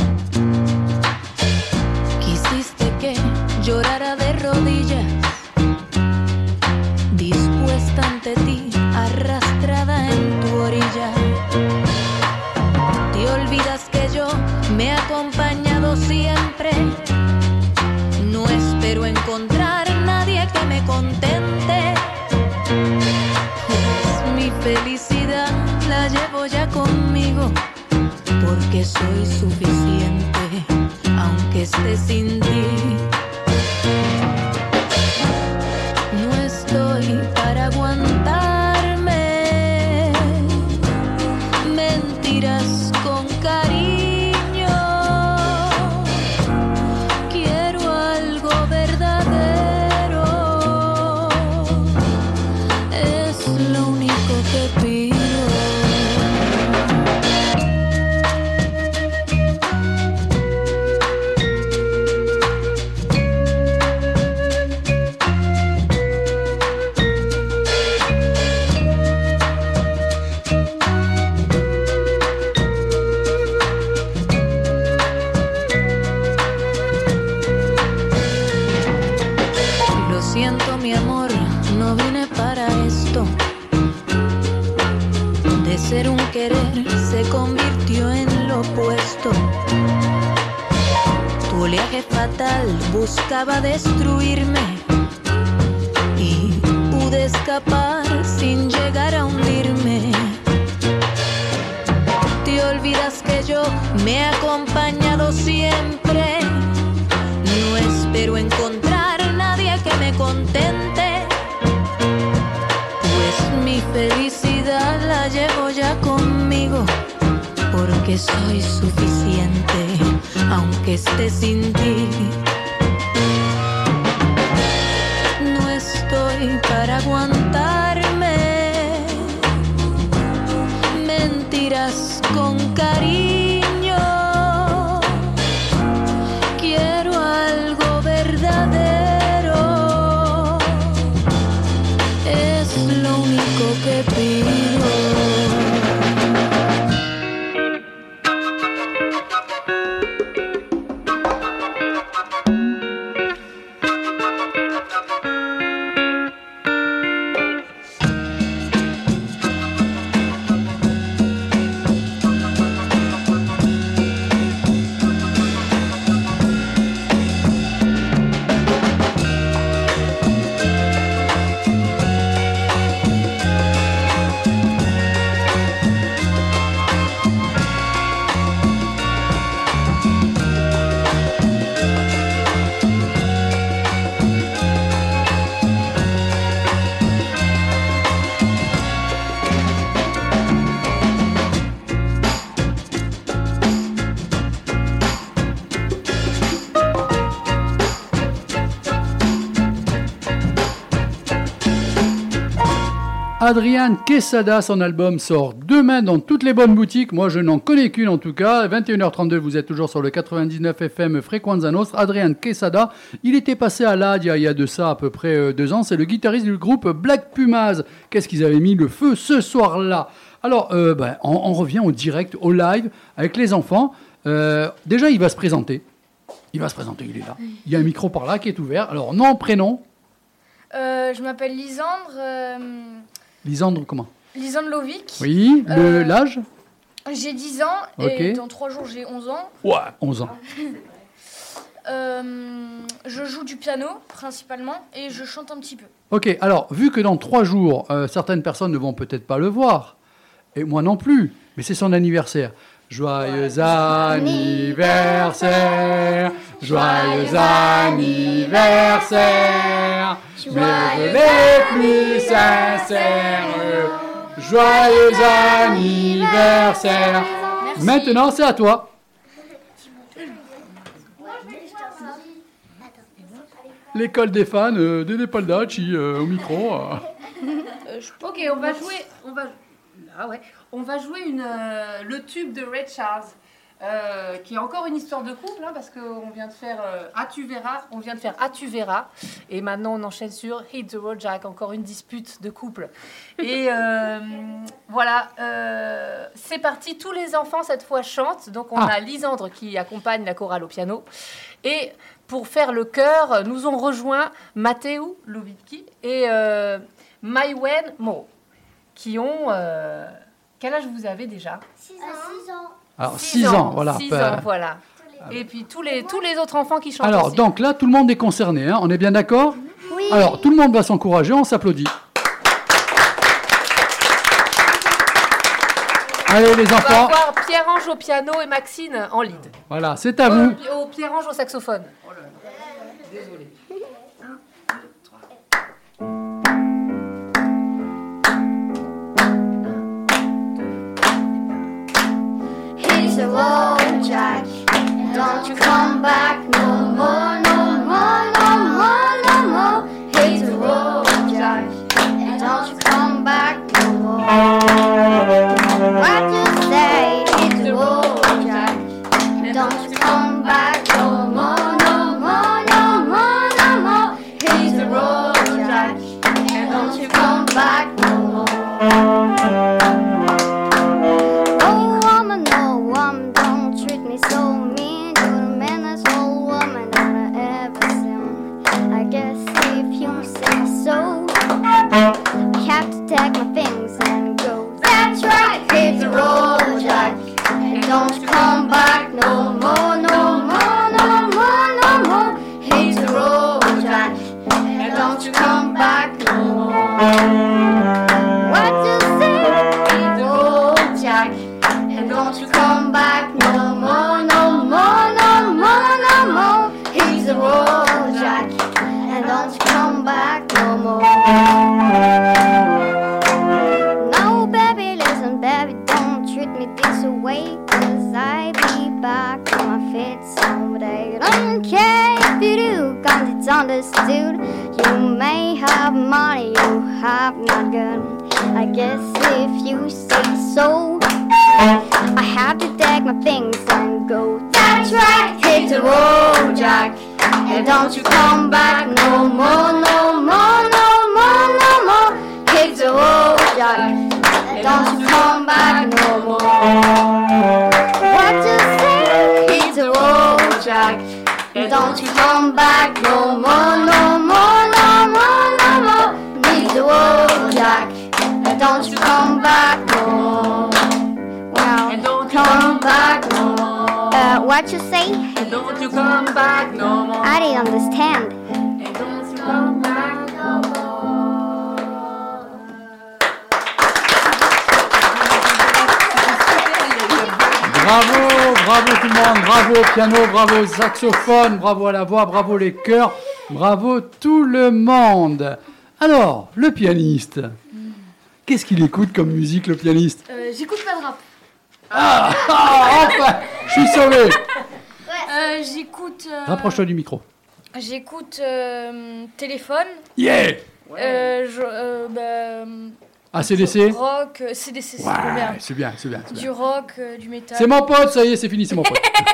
Quisiste que llorara de rodillas, dispuesta ante ti, arrastrada en tu orilla. Te olvidas que yo me he acompañado siempre. No espero encontrar nadie que me contente. Pues mi felicidad la llevo ya conmigo, porque soy suficiente, aunque esté sin ti. No estoy para aguantarme mentiras con cariño. Quiero algo verdadero, es lo único que pido. Lo siento, mi amor, no vine para esto. De ser un querer se convirtió en lo opuesto. Tu oleaje fatal buscaba destruirme y pude escapar sin llegar a hundirme. Te olvidas que yo me he acompañado siempre. No espero encontrar a nadie que me contente, pues mi felicidad la llevo ya conmigo, porque soy suficiente, aunque esté sin ti. No estoy para aguantarme mentiras con cariño. Quiero algo verdadero, es lo único que pido. Adrián Quesada, son album sort demain dans toutes les bonnes boutiques. Moi, je n'en connais qu'une en tout cas. vingt et une heures trente-deux, vous êtes toujours sur le quatre-vingt-dix-neuf F M Frequenza Nostra. Adrián Quesada, il était passé à l'A D il y, a, il y a de ça à peu près euh, deux ans. C'est le guitariste du groupe Black Pumas. Qu'est-ce qu'ils avaient mis le feu ce soir-là? Alors, euh, ben, on, on revient au direct, au live, avec les enfants. Euh, déjà, il va se présenter. Il va se présenter, il est là. Il y a un micro par là qui est ouvert. Alors, nom, prénom? Euh, je m'appelle Lisandre. Euh, Lisandre, comment? Lisandre Lovic. Oui, le, Euh, l'âge? J'ai dix ans Ok. et dans trois jours j'ai onze ans. Ouais, onze ans. Euh, je joue du piano principalement et je chante un petit peu. Ok, alors, vu que dans trois jours, euh, certaines personnes ne vont peut-être pas le voir, et moi non plus, mais c'est son anniversaire. Joyeux anniversaire, joyeux anniversaire, mais les plus sincères, joyeux anniversaire. Maintenant, c'est à toi. L'école des fans euh, de Nepaldacci euh, au micro. euh. Ok, on va jouer. On va, ah ouais, on va jouer une, euh, le tube de Ray Charles, euh, qui est encore une histoire de couple, hein, parce qu'on vient de faire euh, Ah tu verras, on vient de faire Ah tu verras, et maintenant on enchaîne sur Hit the Road Jack, encore une dispute de couple. Et euh, voilà, euh, c'est parti. Tous les enfants cette fois chantent. Donc on Ah. a Lisandre qui accompagne la chorale au piano, et pour faire le chœur, nous ont rejoint Matteo Lovicki et euh, Maïwen Mo, qui ont... euh, quel âge vous avez déjà? six ans. Alors, six ans, voilà. six Bah, ans, voilà. Et puis tous les, tous les autres enfants qui chantent Alors, aussi. donc là, tout le monde est concerné, hein, on est bien d'accord? Oui. Alors, tout le monde va s'encourager, on s'applaudit. Allez les On va enfants. avoir Pierre-Ange au piano et Maxine en lead. Voilà, c'est à vous. Au, au Pierre-Ange au saxophone. Désolée. He's a road jack. Don't you come back no more, no more, no more, no more. He's a road jack. Don't you come back no more. What you say? He's a road jack. Don't you come back no more, no more, no more, no more. He's a road jack. Don't you come back no more. Oh woman, oh woman, don't treat me so mean. You're the meanest old woman that I ever seen. I guess if you say so, I have to take my things and go. That's right, hit the road, Jack. And don't you come back no more, no more, no more, no more. Hit the road, Jack. And don't you come back no more. What you say? Hit the road, Jack. And don't you come back no more, no more, no more, no more. He's a road jack. And don't you come back no more. No, baby, listen, baby, don't treat me this way. Cause I be back on my feet someday. Don't care if you do, cause it's understood. You may have money, you have not good. I guess if you say so, I have to take my things and go. That's right, hit the road, Jack. And don't you come back no more, no more, no more, no more. Hit the road, Jack. And don't you come back no more. What you say? Hit the road, Jack. And don't you come back no more, no more, no more, no more. Hit the road, Jack. And don't you come back no more. And don't you come back no more. Uh, what you say? And don't you come back no more. I didn't understand. And don't you come back no more. Bravo, bravo tout le monde, bravo au piano, bravo au saxophone, bravo à la voix, bravo les chœurs, bravo tout le monde. Alors, le pianiste, qu'est-ce qu'il écoute comme musique, le pianiste? Euh, J'écoute pas de rap. Ah, ah, enfin, je suis sauvé. Euh, J'écoute. euh, Rapproche-toi du micro. J'écoute euh, téléphone. Yeah. Euh, je, euh, bah, A C D C. Rock, euh, C D C, c'est trop Ouais, bien. c'est bien, c'est bien. c'est Du bien. rock, euh, du métal. C'est mon pote, ça y est, c'est fini, c'est mon pote.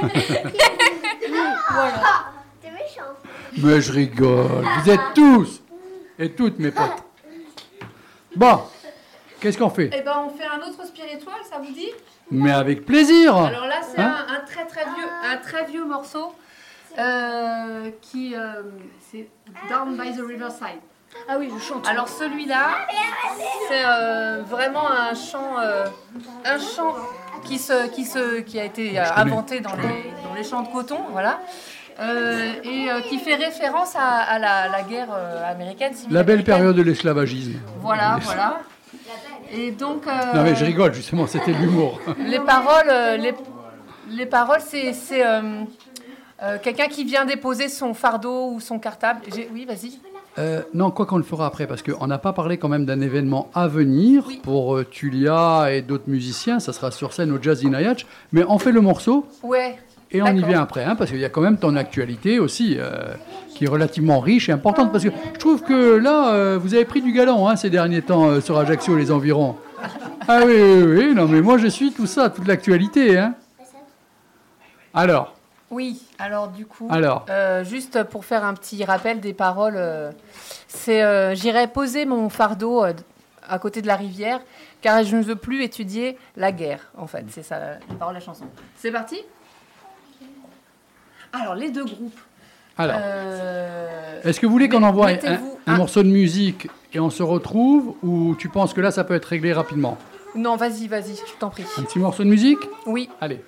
Voilà. T'es méchant. Mais je rigole. Vous êtes tous et toutes mes potes. Bon, qu'est-ce qu'on fait? Eh ben, on fait un autre spiritual, ça vous dit? Mais avec plaisir. Alors là, c'est Hein un, un très très vieux, un très vieux morceau euh, qui euh, c'est Down by the Riverside. Ah oui, je chante. Alors celui-là, c'est euh, vraiment un chant, euh, un chant qui se, qui se, qui a été euh, Je connais, inventé dans je les, connais. dans les champs de coton, voilà, euh, et euh, qui fait référence à, à la, la guerre euh, américaine. civile La belle américaine. période de l'esclavagisme. Voilà, voilà. Et donc. euh, Non mais je rigole, justement, c'était de l'humour. Les paroles, euh, les, les paroles, c'est c'est, euh, euh, quelqu'un qui vient déposer son fardeau ou son cartable. J'ai- Oui, vas-y. Euh, non, quoi qu'on le fera après, parce qu'on n'a pas parlé quand même d'un événement à venir pour euh, Tulia et d'autres musiciens. Ça sera sur scène au Jazz in Ayach. Mais on fait le morceau Ouais. et on y D'accord. vient après, hein, parce qu'il y a quand même ton actualité aussi, euh, qui est relativement riche et importante. Parce que je trouve que là, euh, vous avez pris du galon hein, ces derniers temps euh, sur Ajaccio et les environs. Ah oui, oui, oui, non mais moi je suis tout ça, toute l'actualité. Hein. Alors, Oui, alors du coup, Alors. euh, juste pour faire un petit rappel des paroles, euh, c'est euh, j'irai poser mon fardeau euh, à côté de la rivière, car je ne veux plus étudier la guerre, en fait. C'est ça, les paroles de la chanson. C'est parti? Alors, les deux groupes. Alors. Euh, est-ce que vous voulez qu'on envoie un, mettez-vous un un- morceau de musique et on se retrouve, ou tu penses que là ça peut être réglé rapidement? Non, vas-y, vas-y, je t'en prie. Un petit morceau de musique? Oui. Allez.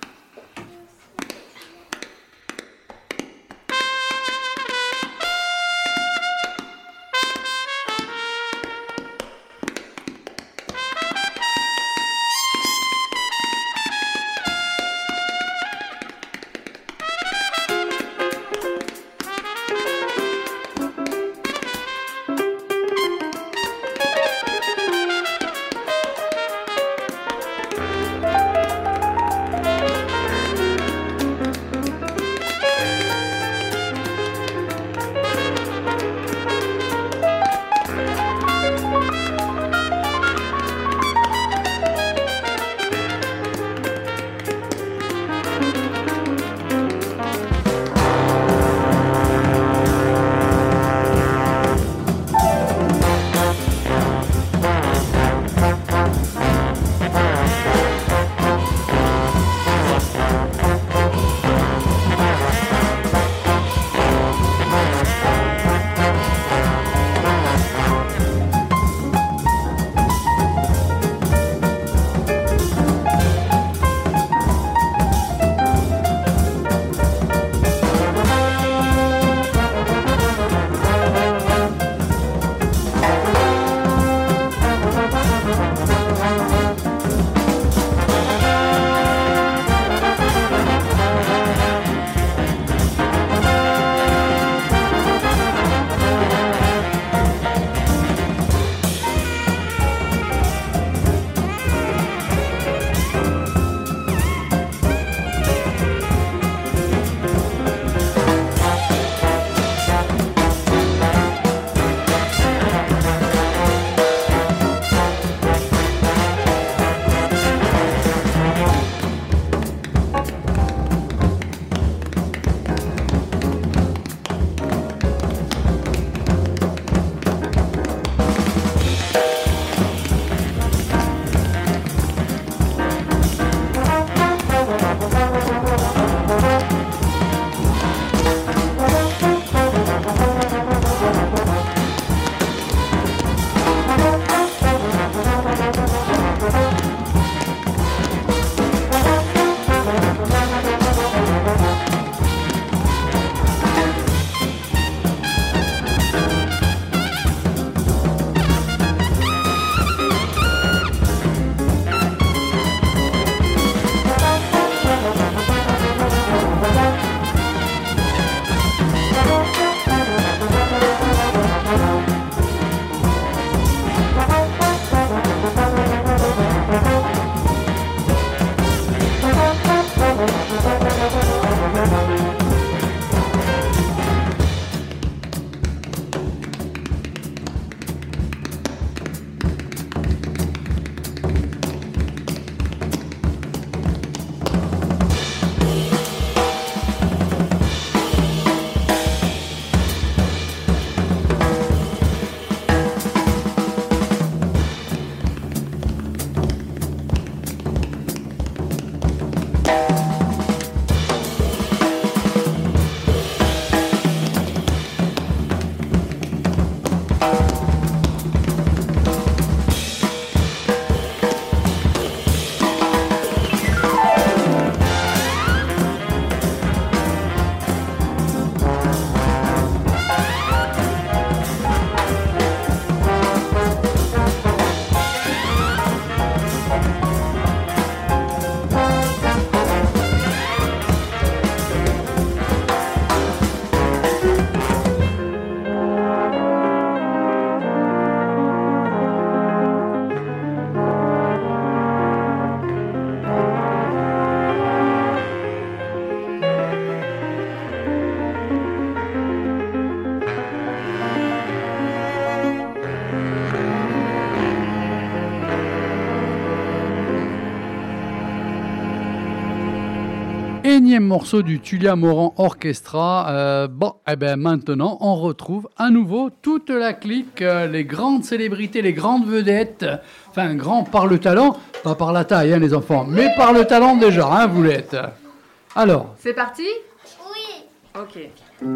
Énième morceau du Tulia Moran Orchestra. Euh, bon, et eh ben maintenant, on retrouve à nouveau toute la clique, euh, les grandes célébrités, les grandes vedettes. Enfin, grand par le talent, pas par la taille, hein, les enfants, mais par le talent déjà, hein, vous l'êtes. Alors. C'est parti ? Oui. Ok.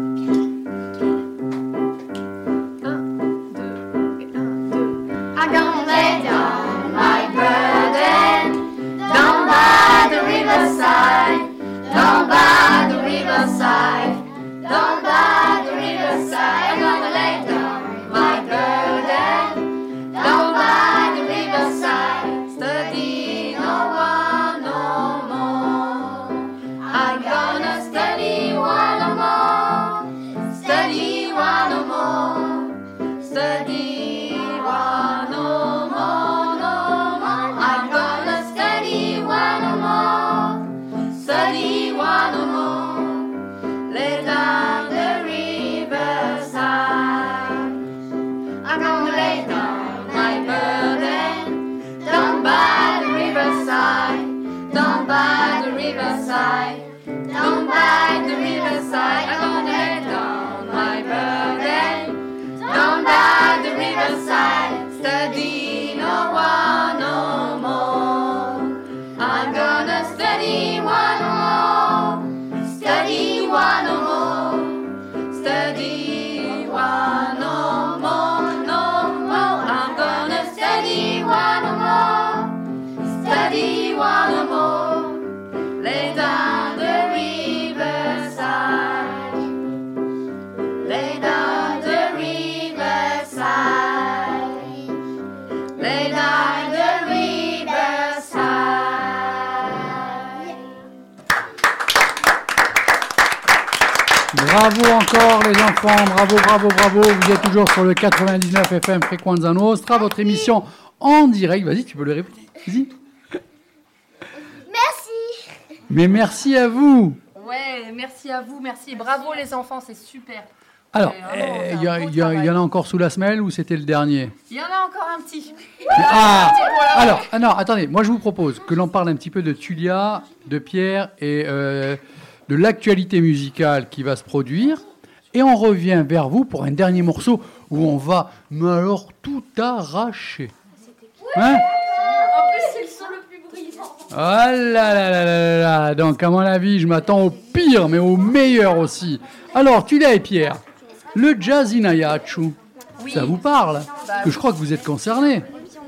I'm gonna lay down my burden down by the riverside, down by the riverside, down by the riverside. I'm gonna lay down my burden down by the riverside, study no one no more. I'm gonna study one no more, study one no more, study. One no more, no more. I'm gonna study one no more, study one no more. Lay down the riverside. I'm gonna lay down my burden down by the riverside, down by the riverside, down by the riverside. I'm gonna lay down my burden down by the riverside. Study no one no more. I'm gonna study one no more, study one no more, study one no more, no more. I'm gonna study one no more, study one no more. Lay down the riverside, lay down the riverside. Lay down the riverside. Bravo encore les enfants, bravo, bravo, bravo. Vous êtes toujours sur le quatre-vingt-dix-neuf F M Frequenza Nostra, votre émission en direct. Vas-y, tu peux le répéter. Vas-y. Merci. Mais merci à vous. Ouais, merci à vous, merci. Bravo les enfants, c'est super. Alors, il euh, y, y, y, y en a encore sous la semelle ou c'était le dernier? Il y en a encore un petit. Ah, alors, ah non, attendez, moi je vous propose que l'on parle un petit peu de Tulia, de Pierre et euh, de l'actualité musicale qui va se produire. Et on revient vers vous pour un dernier morceau où on va, mais alors, tout arracher. Hein? En plus, c'est le son le plus brillant. Oh là là là là là. Donc, à mon avis, je m'attends au pire, mais au meilleur aussi. Alors, Tulia et Pierre, le jazz in Ayachu, oui. Ça vous parle? Parce que je crois que vous êtes concernés.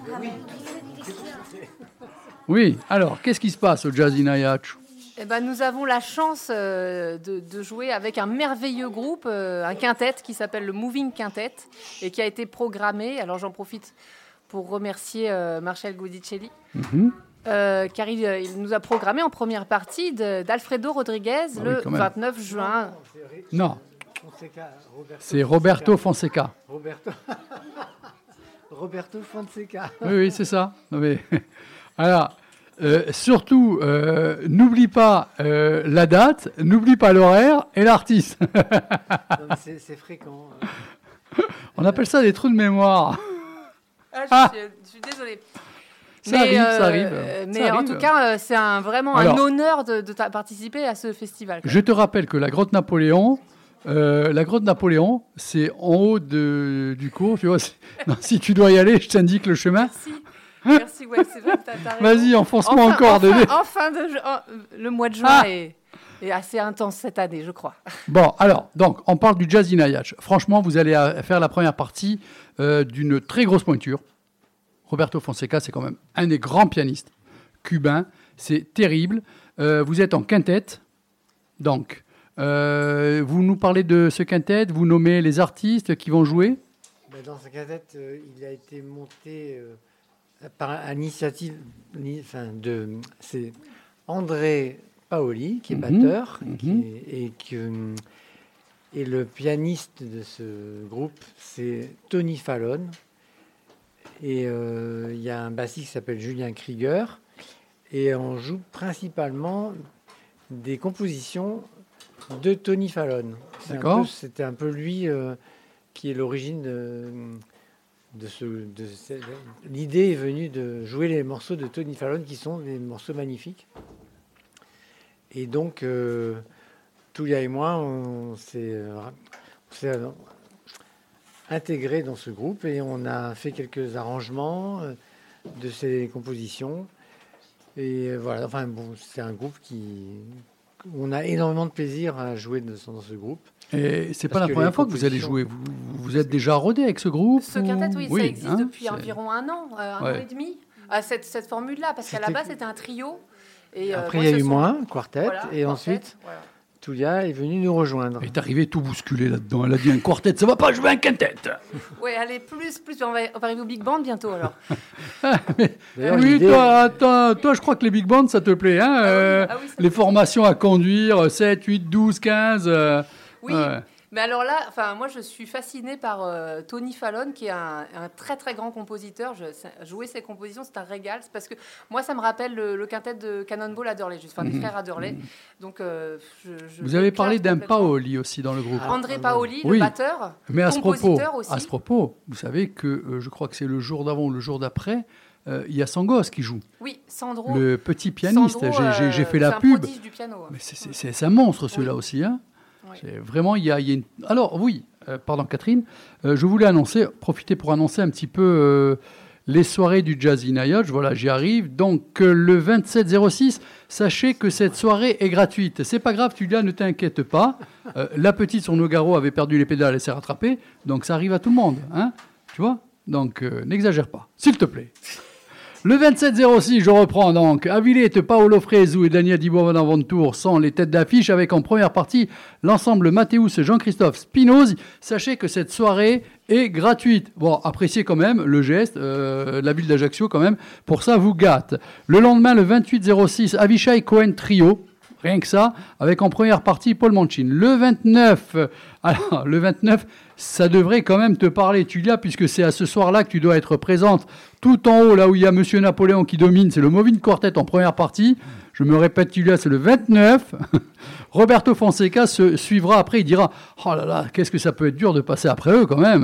Oui, alors, qu'est-ce qui se passe au jazz in Ayachu? Eh ben, nous avons la chance euh, de, de jouer avec un merveilleux groupe, euh, un quintet qui s'appelle le Moving Quintet et qui a été programmé. Alors, j'en profite pour remercier euh, Marcel Guidicelli. Mm-hmm. Euh, car il, il nous a programmé en première partie de, d'Alfredo Rodriguez ah le oui, vingt-neuf juin. Non, c'est Roberto Fonseca. Roberto, Roberto Fonseca. Oui, oui, c'est ça. Non, mais... Alors, euh, surtout, euh, n'oublie pas euh, la date, n'oublie pas l'horaire et l'artiste. Non, mais c'est, c'est fréquent. On appelle ça des trous de mémoire. Ah, je, ah. Suis, je suis désolée. Ça mais, arrive, euh, ça arrive. Mais ça en arrive. tout cas, euh, c'est un, vraiment Alors, un honneur de, de participer à ce festival. Je te rappelle que la grotte Napoléon, euh, la grotte Napoléon, c'est en haut de, du cours. Tu vois, non, si tu dois y aller, je t'indique le chemin. Merci. Merci, ouais, c'est vrai. T'as, t'as Vas-y, enfonce-moi enfin, encore. Enfin, de... enfin de, oh, le mois de juin ah. est, est assez intense cette année, je crois. Bon, alors, donc, on parle du Jazz in Ayache. Franchement, vous allez euh, faire la première partie euh, d'une très grosse pointure. Roberto Fonseca, c'est quand même un des grands pianistes cubains. C'est terrible. Euh, vous êtes en quintette. Donc, euh, vous nous parlez de ce quintet, vous nommez les artistes qui vont jouer. Ben, dans ce quintet, euh, il a été monté euh, par initiative enfin, de... C'est André Paoli, qui est Mm-hmm. batteur, Mm-hmm. qui est- et, que, et le pianiste de ce groupe, c'est Tony Fallon. Et euh, il y a un bassiste qui s'appelle Julien Krieger. Et on joue principalement des compositions de Tony Fallon. C'est un D'accord. peu- C'était un peu lui euh, qui est l'origine de, de ce... de ce- L'idée est venue de jouer les morceaux de Tony Fallon, qui sont des morceaux magnifiques. Et donc, euh, Tulia et moi, on s'est, euh, on s'est euh, intégrés dans ce groupe et on a fait quelques arrangements euh, de ces compositions. Et euh, voilà, enfin bon, c'est un groupe qui... On a énormément de plaisir à jouer de- dans ce groupe. Et c'est pas Parce la que première les fois que vous allez compositions- jouer. Vous, vous êtes déjà rodé avec ce groupe Ce quintet, oui, ou- ça existe hein, depuis c'est- environ un an, euh, un Ouais. an et demi, à cette, cette formule-là, parce qu'à la C'était- base, c'était un trio. Et, euh, Après, moi, il y a ce eu sont- moi, quartet, Voilà, et quartet, ensuite, voilà. Tulia est venue nous rejoindre. Elle est arrivée tout bousculée là-dedans. Elle a dit un quartet, ça va pas, je veux un quintet. Ouais, allez, plus, plus, on va, on va arriver au Big Band bientôt, alors. D'ailleurs, Oui, l'idée- toi, attends, toi, je crois que les big bands, ça te plaît. Hein euh, ah oui, ça les formations à conduire, sept, huit, douze, quinze. euh, Oui, ouais. mais alors là, enfin, moi, je suis fascinée par euh, Tony Fallon, qui est un, un très, très grand compositeur. Je, c'est- jouer ses compositions, c'est un régal. C'est parce que moi, ça me rappelle le, le quintet de Cannonball Adderley, juste, enfin, des Mhm. frères Adderley. Donc, euh, je, je Vous avez m'éclate parlé d'un complètement. Paoli aussi dans le groupe. André Paoli, Oui. le batteur, Mais à ce propos, compositeur aussi. à ce propos, vous savez que euh, je crois que c'est le jour d'avant ou le jour d'après, euh, il y a Sangos qui joue. Oui, Sandro. Le petit pianiste. Sandro, J'ai- j'ai- j'ai euh, fait la c'est un pub. prodige du piano. Mais c'est- c'est c'est- c'est un monstre celui-là aussi. Hein. C'est vraiment, il y a, il y a une... Alors oui, euh, pardon Catherine, euh, je voulais annoncer, profiter pour annoncer un petit peu euh, les soirées du Jazz in Ayache. Voilà, j'y arrive. Donc euh, le vingt-sept zéro six, sachez que cette soirée est gratuite. C'est pas grave, Tulia, ne t'inquiète pas. Euh, la petite sur Nogaro avait perdu les pédales et s'est rattrapée. Donc ça arrive à tout le monde. Hein, tu vois. Donc euh, n'exagère pas, s'il te plaît. Le vingt-sept zéro six, je reprends donc. Avilette, Paolo Fresu et Daniel Di Bonaventure sont les têtes d'affiche avec en première partie l'ensemble Mathéus et Jean-Christophe Spinozi. Sachez que cette soirée est gratuite. Bon, appréciez quand même le geste, euh, la ville d'Ajaccio quand même, pour ça vous gâte. Le lendemain, le vingt-huit zéro six, Avishai Cohen Trio. Rien que ça, avec en première partie Paul Manchin. Le vingt-neuf, euh, alors le vingt-neuf, ça devrait quand même te parler, Tulia, puisque c'est à ce soir-là que tu dois être présente tout en haut, là où il y a Monsieur Napoléon qui domine, c'est le Moving Quartet en première partie. Je me répète, Tulia, c'est le vingt-neuf. Roberto Fonseca se suivra après, il dira « Oh là là, qu'est-ce que ça peut être dur de passer après eux quand même !»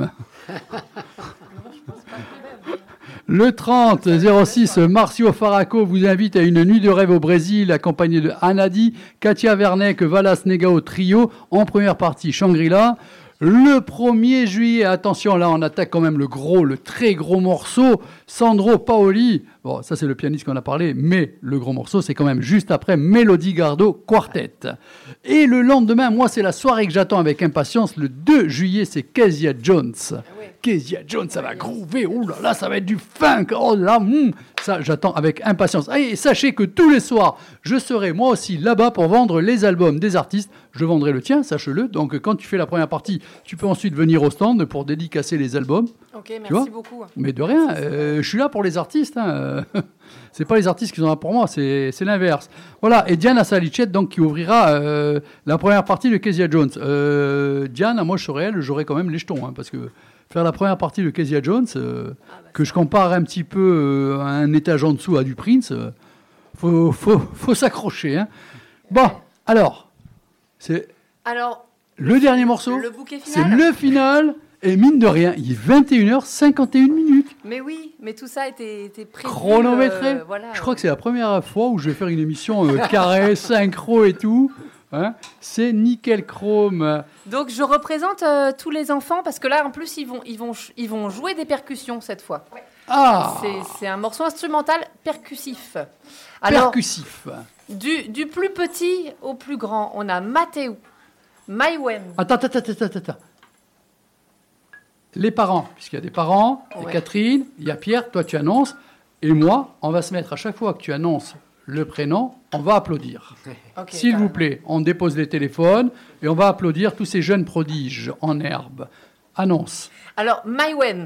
Le trente zéro six, Marcio Faraco vous invite à une nuit de rêve au Brésil, accompagné de Anadi, Katia Werneck, Valas Negao Trio, en première partie Shangri-La. Le premier juillet, attention, là on attaque quand même le gros, le très gros morceau, Sandro Paoli. Bon, ça c'est le pianiste qu'on a parlé, mais le gros morceau c'est quand même juste après Melody Gardot Quartet. Et le lendemain, moi c'est la soirée que j'attends avec impatience, le deux juillet, c'est Kezia Jones. Kezia Jones, ça va groover, oh là là, ça va être du funk, oh là, mm, ça j'attends avec impatience. Et sachez que tous les soirs, je serai moi aussi là-bas pour vendre les albums des artistes. Je vendrai le tien, sache-le. Donc quand tu fais la première partie, tu peux ensuite venir au stand pour dédicacer les albums. Ok, Tu merci vois beaucoup. Mais de rien, euh, je suis là pour les artistes. Hein. C'est pas les artistes qui sont là pour moi, c'est c'est l'inverse. Voilà, et Diana Salicet, donc, qui ouvrira euh, la première partie de Kezia Jones. Euh, Diana, moi je serais elle, j'aurais quand même les jetons, hein, parce que faire la première partie de Kezia Jones, euh, ah bah que je compare un petit peu euh, à un étage en dessous à du Prince, euh, faut, faut, faut s'accrocher. Hein. Bon, alors, c'est Alors, le dernier morceau, le bouquet c'est final. le final, et mine de rien, il est vingt et une heures cinquante et une minutes. Mais oui, mais tout ça était, était prévu. Chronométré. euh, voilà. Je crois que c'est la première fois où je vais faire une émission euh, carré, synchro et tout. Hein, c'est nickel chrome. Donc je représente euh, tous les enfants parce que là en plus ils vont, ils vont, ils vont jouer des percussions cette fois. Ah. C'est, c'est un morceau instrumental percussif. Percussif. Du, du plus petit au plus grand, on a Mathéo, Maïwen. Attends, attends, attends, attends, attends. Les parents, puisqu'il y a des parents, il y a Ouais. Catherine, il y a Pierre, toi tu annonces, et moi, on va se mettre à chaque fois que tu annonces le prénom, on va applaudir. Ok, S'il carrément. vous plaît, on dépose les téléphones et on va applaudir tous ces jeunes prodiges en herbe. Annonce. Alors Maïwen.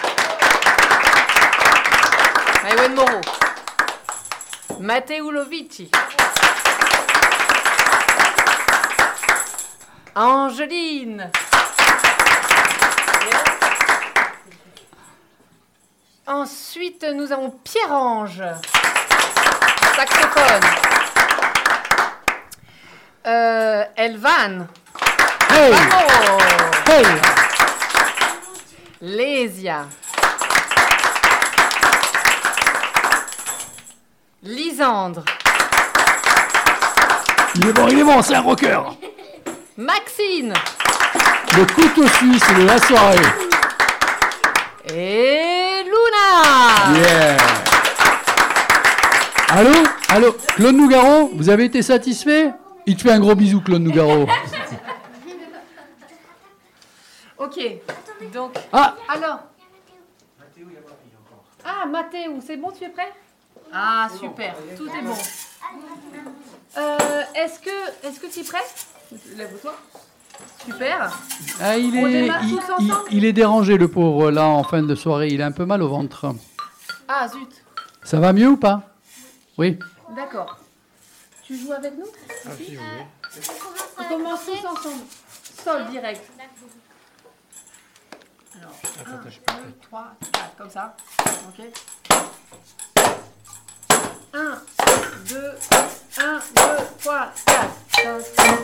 Maïwen Moreau. Matteo Lovici. Angeline. Ensuite, nous avons Pierre-Ange. Saxophone. Euh, Elvan. Hey. Bravo. Hey. Lésia. Lisandre. Il est bon, il est bon, c'est un rocker. Maxine. Le couteau suisse de la soirée. Et Luna. Yeah. Allô? Allô? Claude Nougaro, vous avez été satisfait? Il te fait un gros bisou, Claude Nougaro. Ok, donc... Ah. Alors... Ah, Mathéo, c'est bon, tu es prêt? Ah, super, tout est bon. Euh, est-ce que, est-ce que tu es prêt? Lève-toi. Super. Ah, il, On est, démarre il, tous il- ensemble? il est dérangé, le pauvre, là, en fin de soirée. Il a un peu mal au ventre. Ah, zut. Ça va mieux ou pas? Oui. D'accord. Tu joues avec nous? Ah, si, oui. On commence tous ensemble. Sol direct. Alors, un, deux, trois, quatre, comme ça. Ok. un, deux, un, deux, trois, quatre.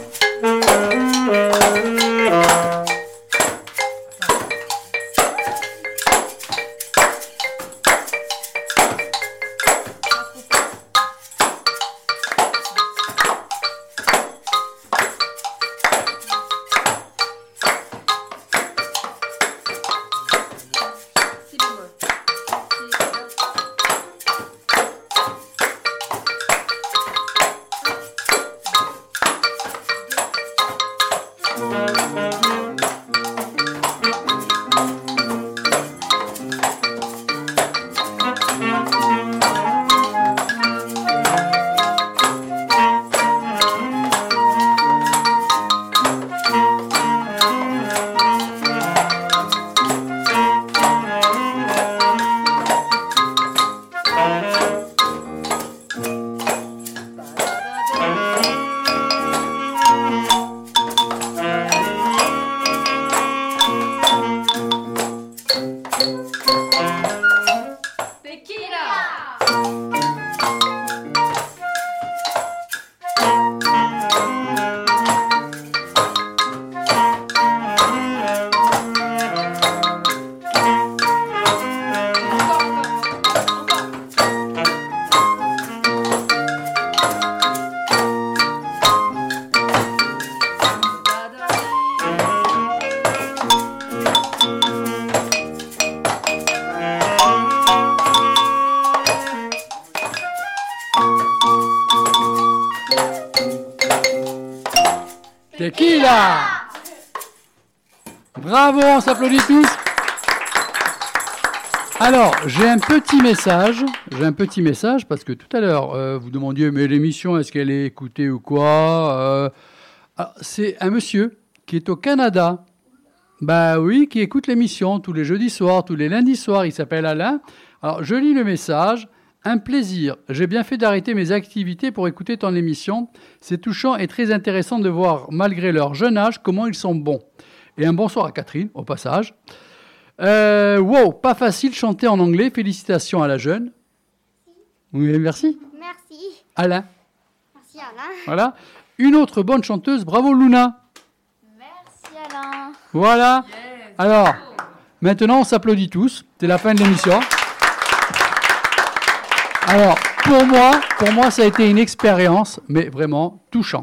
Tequila. Bravo, on s'applaudit tous. Alors, j'ai un petit message. J'ai un petit message parce que tout à l'heure, euh, vous demandiez, mais l'émission, est-ce qu'elle est écoutée ou quoi euh, alors, c'est un monsieur qui est au Canada. Bah oui, qui écoute l'émission tous les jeudis soirs, tous les lundis soirs. Il s'appelle Alain. Alors, je lis le message. Un plaisir. J'ai bien fait d'arrêter mes activités pour écouter ton émission. C'est touchant et très intéressant de voir, malgré leur jeune âge, comment ils sont bons. Et un bonsoir à Catherine, au passage. Euh, wow, pas facile chanter en anglais. Félicitations à la jeune. Oui, merci. Merci. Alain. Merci Alain. Voilà. Une autre bonne chanteuse. Bravo Luna. Merci Alain. Voilà. Alors, maintenant, on s'applaudit tous. C'est la fin de l'émission. Alors, pour moi, pour moi, ça a été une expérience, mais vraiment touchante.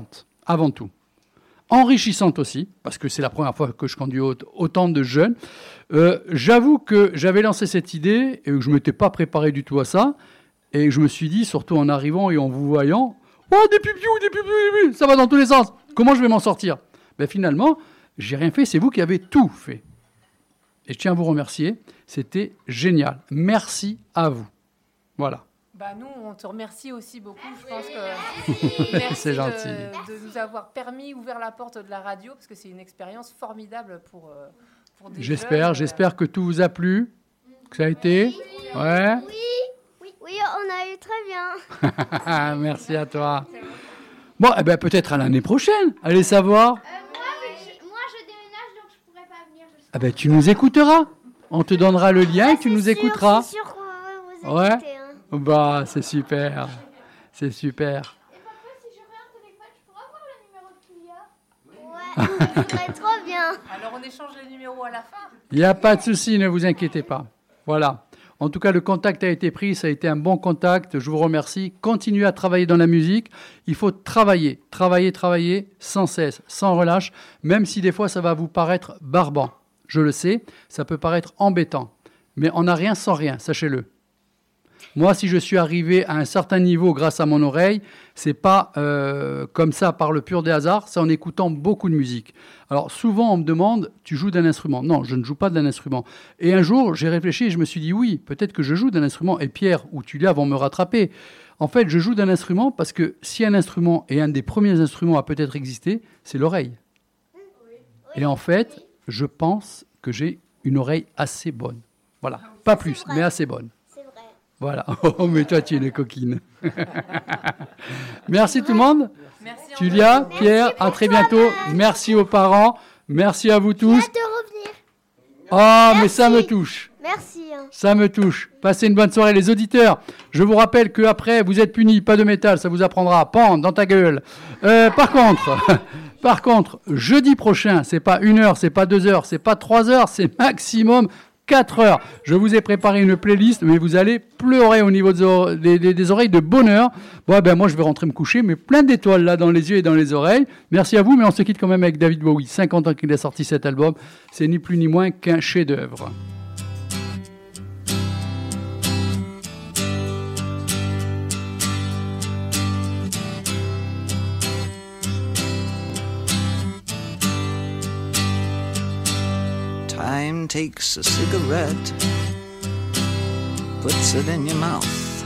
avant tout. Enrichissante aussi, parce que c'est la première fois que je conduis autant de jeunes. Euh, j'avoue que j'avais lancé cette idée et que je ne m'étais pas préparé du tout à ça. Et je me suis dit, surtout en arrivant et en vous voyant, « Oh, des pipiou, des pipiou, des pipiou, ça va dans tous les sens. Comment je vais m'en sortir ?» Ben finalement, j'ai rien fait, c'est vous qui avez tout fait. Et je tiens à vous remercier, c'était génial. Merci à vous. Voilà. Bah nous, on te remercie aussi beaucoup. Je pense que merci c'est gentil. De, de nous avoir permis, ouvert la porte de la radio, parce que c'est une expérience formidable pour, euh, pour des J'espère, jeunes. j'espère que tout vous a plu, que ça a été. Ouais. Oui, oui, oui, on a eu très bien. Merci à toi. Bon, eh ben, peut-être à l'année prochaine. Allez savoir. Euh, moi, je, moi, je déménage, donc je pourrais pas venir. Je Ah ben, tu nous écouteras. On te donnera le lien et tu nous sûr, écouteras. C'est sûr qu'on va vous Ouais. écouter. Hein. Bah, c'est super. C'est super. Et papa, si j'aurais un téléphone, je pourrais avoir le numéro de Julia. Ouais, ça serait trop bien. Alors on échange les numéros à la fin. Il n'y a pas de souci, ne vous inquiétez pas. Voilà. En tout cas, le contact a été pris, ça a été un bon contact. Je vous remercie. Continuez à travailler dans la musique. Il faut travailler, travailler, travailler sans cesse, sans relâche, même si des fois ça va vous paraître barbant. Je le sais, ça peut paraître embêtant. Mais on n'a rien sans rien, sachez-le. Moi, si je suis arrivé à un certain niveau grâce à mon oreille, c'est pas euh, comme ça par le pur des hasards, c'est en écoutant beaucoup de musique. Alors souvent, on me demande, tu joues d'un instrument ? Non, je ne joue pas d'un instrument. Et un jour, j'ai réfléchi et je me suis dit, oui, peut-être que je joue d'un instrument. Et Pierre ou Tulia vont me rattraper. En fait, je joue d'un instrument parce que si un instrument est un des premiers instruments à peut-être exister, c'est l'oreille. Et en fait, je pense que j'ai une oreille assez bonne. Voilà, pas plus, mais assez bonne. Voilà. Oh, mais toi, tu es une coquine. Merci tout le monde. Merci Tulia, Pierre, à très bientôt. Merci aux parents. Merci à vous tous. Hâte de revenir. Oh, mais ça me touche. Merci. Hein. Ça me touche. Passez une bonne soirée, les auditeurs. Je vous rappelle qu'après, vous êtes punis. Pas de métal, ça vous apprendra. Pendre dans ta gueule. Euh, par contre, par contre, jeudi prochain, c'est pas une heure, c'est pas deux heures, c'est pas trois heures, c'est maximum quatre heures. Je vous ai préparé une playlist, mais vous allez pleurer au niveau des, or- des, des, des oreilles de bonheur. Bon, ben moi, je vais rentrer me coucher, mais plein d'étoiles là dans les yeux et dans les oreilles. Merci à vous, mais on se quitte quand même avec David Bowie. cinquante ans qu'il a sorti cet album. C'est ni plus ni moins qu'un chef-d'œuvre. Time takes a cigarette, puts it in your mouth.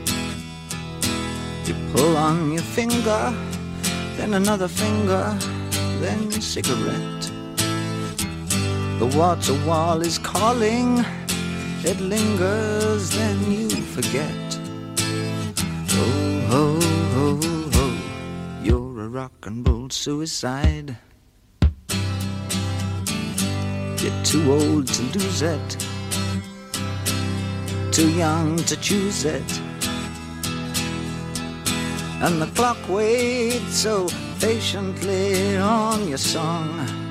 You pull on your finger, then another finger, then cigarette. The water wall is calling, it lingers, then you forget. Oh, oh, oh, oh, you're a rock and roll suicide. You're too old to lose it, too young to choose it. And the clock waits so patiently on your song.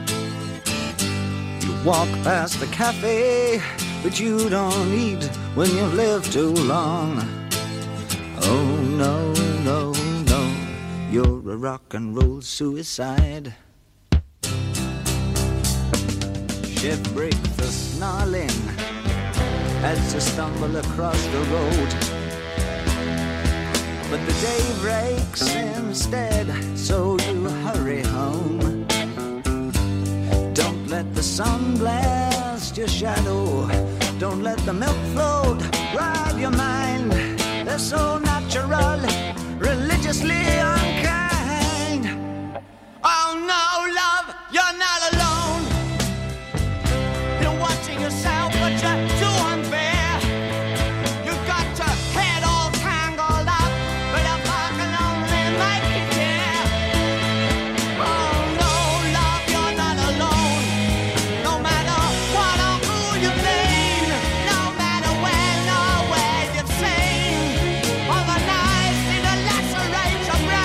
You walk past the cafe, but you don't eat when you've lived too long. Oh no, no, no, you're a rock and roll suicide. Shift break the snarling as you stumble across the road. But the day breaks instead, so you hurry home. Don't let the sun blast your shadow. Don't let the milk float rob your mind. They're so natural, religiously unkind. Oh no, love, you're not alone. Yourself, but you're too unfair. You got your head all tangled up, but if I can only make you care. Oh no, love, you're not alone. No matter what or who you've been, no matter when or where you've seen, all the nights need to lacerate your brain.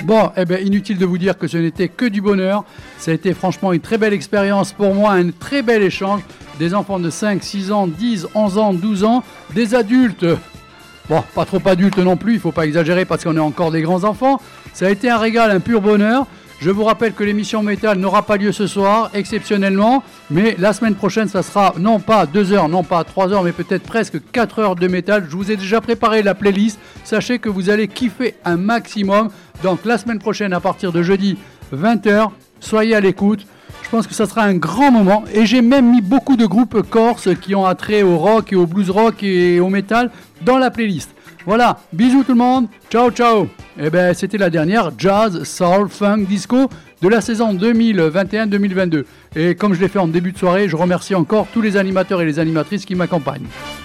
Bon, eh bien, inutile de vous dire que ce n'était que du bonheur. Ça a été franchement une très belle expérience pour moi, un très bel échange. Des enfants de cinq, six ans, dix, onze ans, douze ans, des adultes, bon, pas trop adultes non plus, il ne faut pas exagérer parce qu'on est encore des grands enfants. Ça a été un régal, un pur bonheur. Je vous rappelle que l'émission Métal n'aura pas lieu ce soir, exceptionnellement, mais la semaine prochaine, ça sera non pas deux heures, non pas trois heures, mais peut-être presque quatre heures de métal. Je vous ai déjà préparé la playlist. Sachez que vous allez kiffer un maximum. Donc la semaine prochaine, à partir de jeudi vingt heures, soyez à l'écoute. Je pense que ça sera un grand moment. Et j'ai même mis beaucoup de groupes corses qui ont attrait au rock et au blues rock et au métal dans la playlist. Voilà, bisous tout le monde, ciao ciao. Eh ben c'était la dernière jazz, soul, funk, disco de la saison deux mille vingt et un deux mille vingt-deux. Et comme je l'ai fait en début de soirée, je remercie encore tous les animateurs et les animatrices qui m'accompagnent.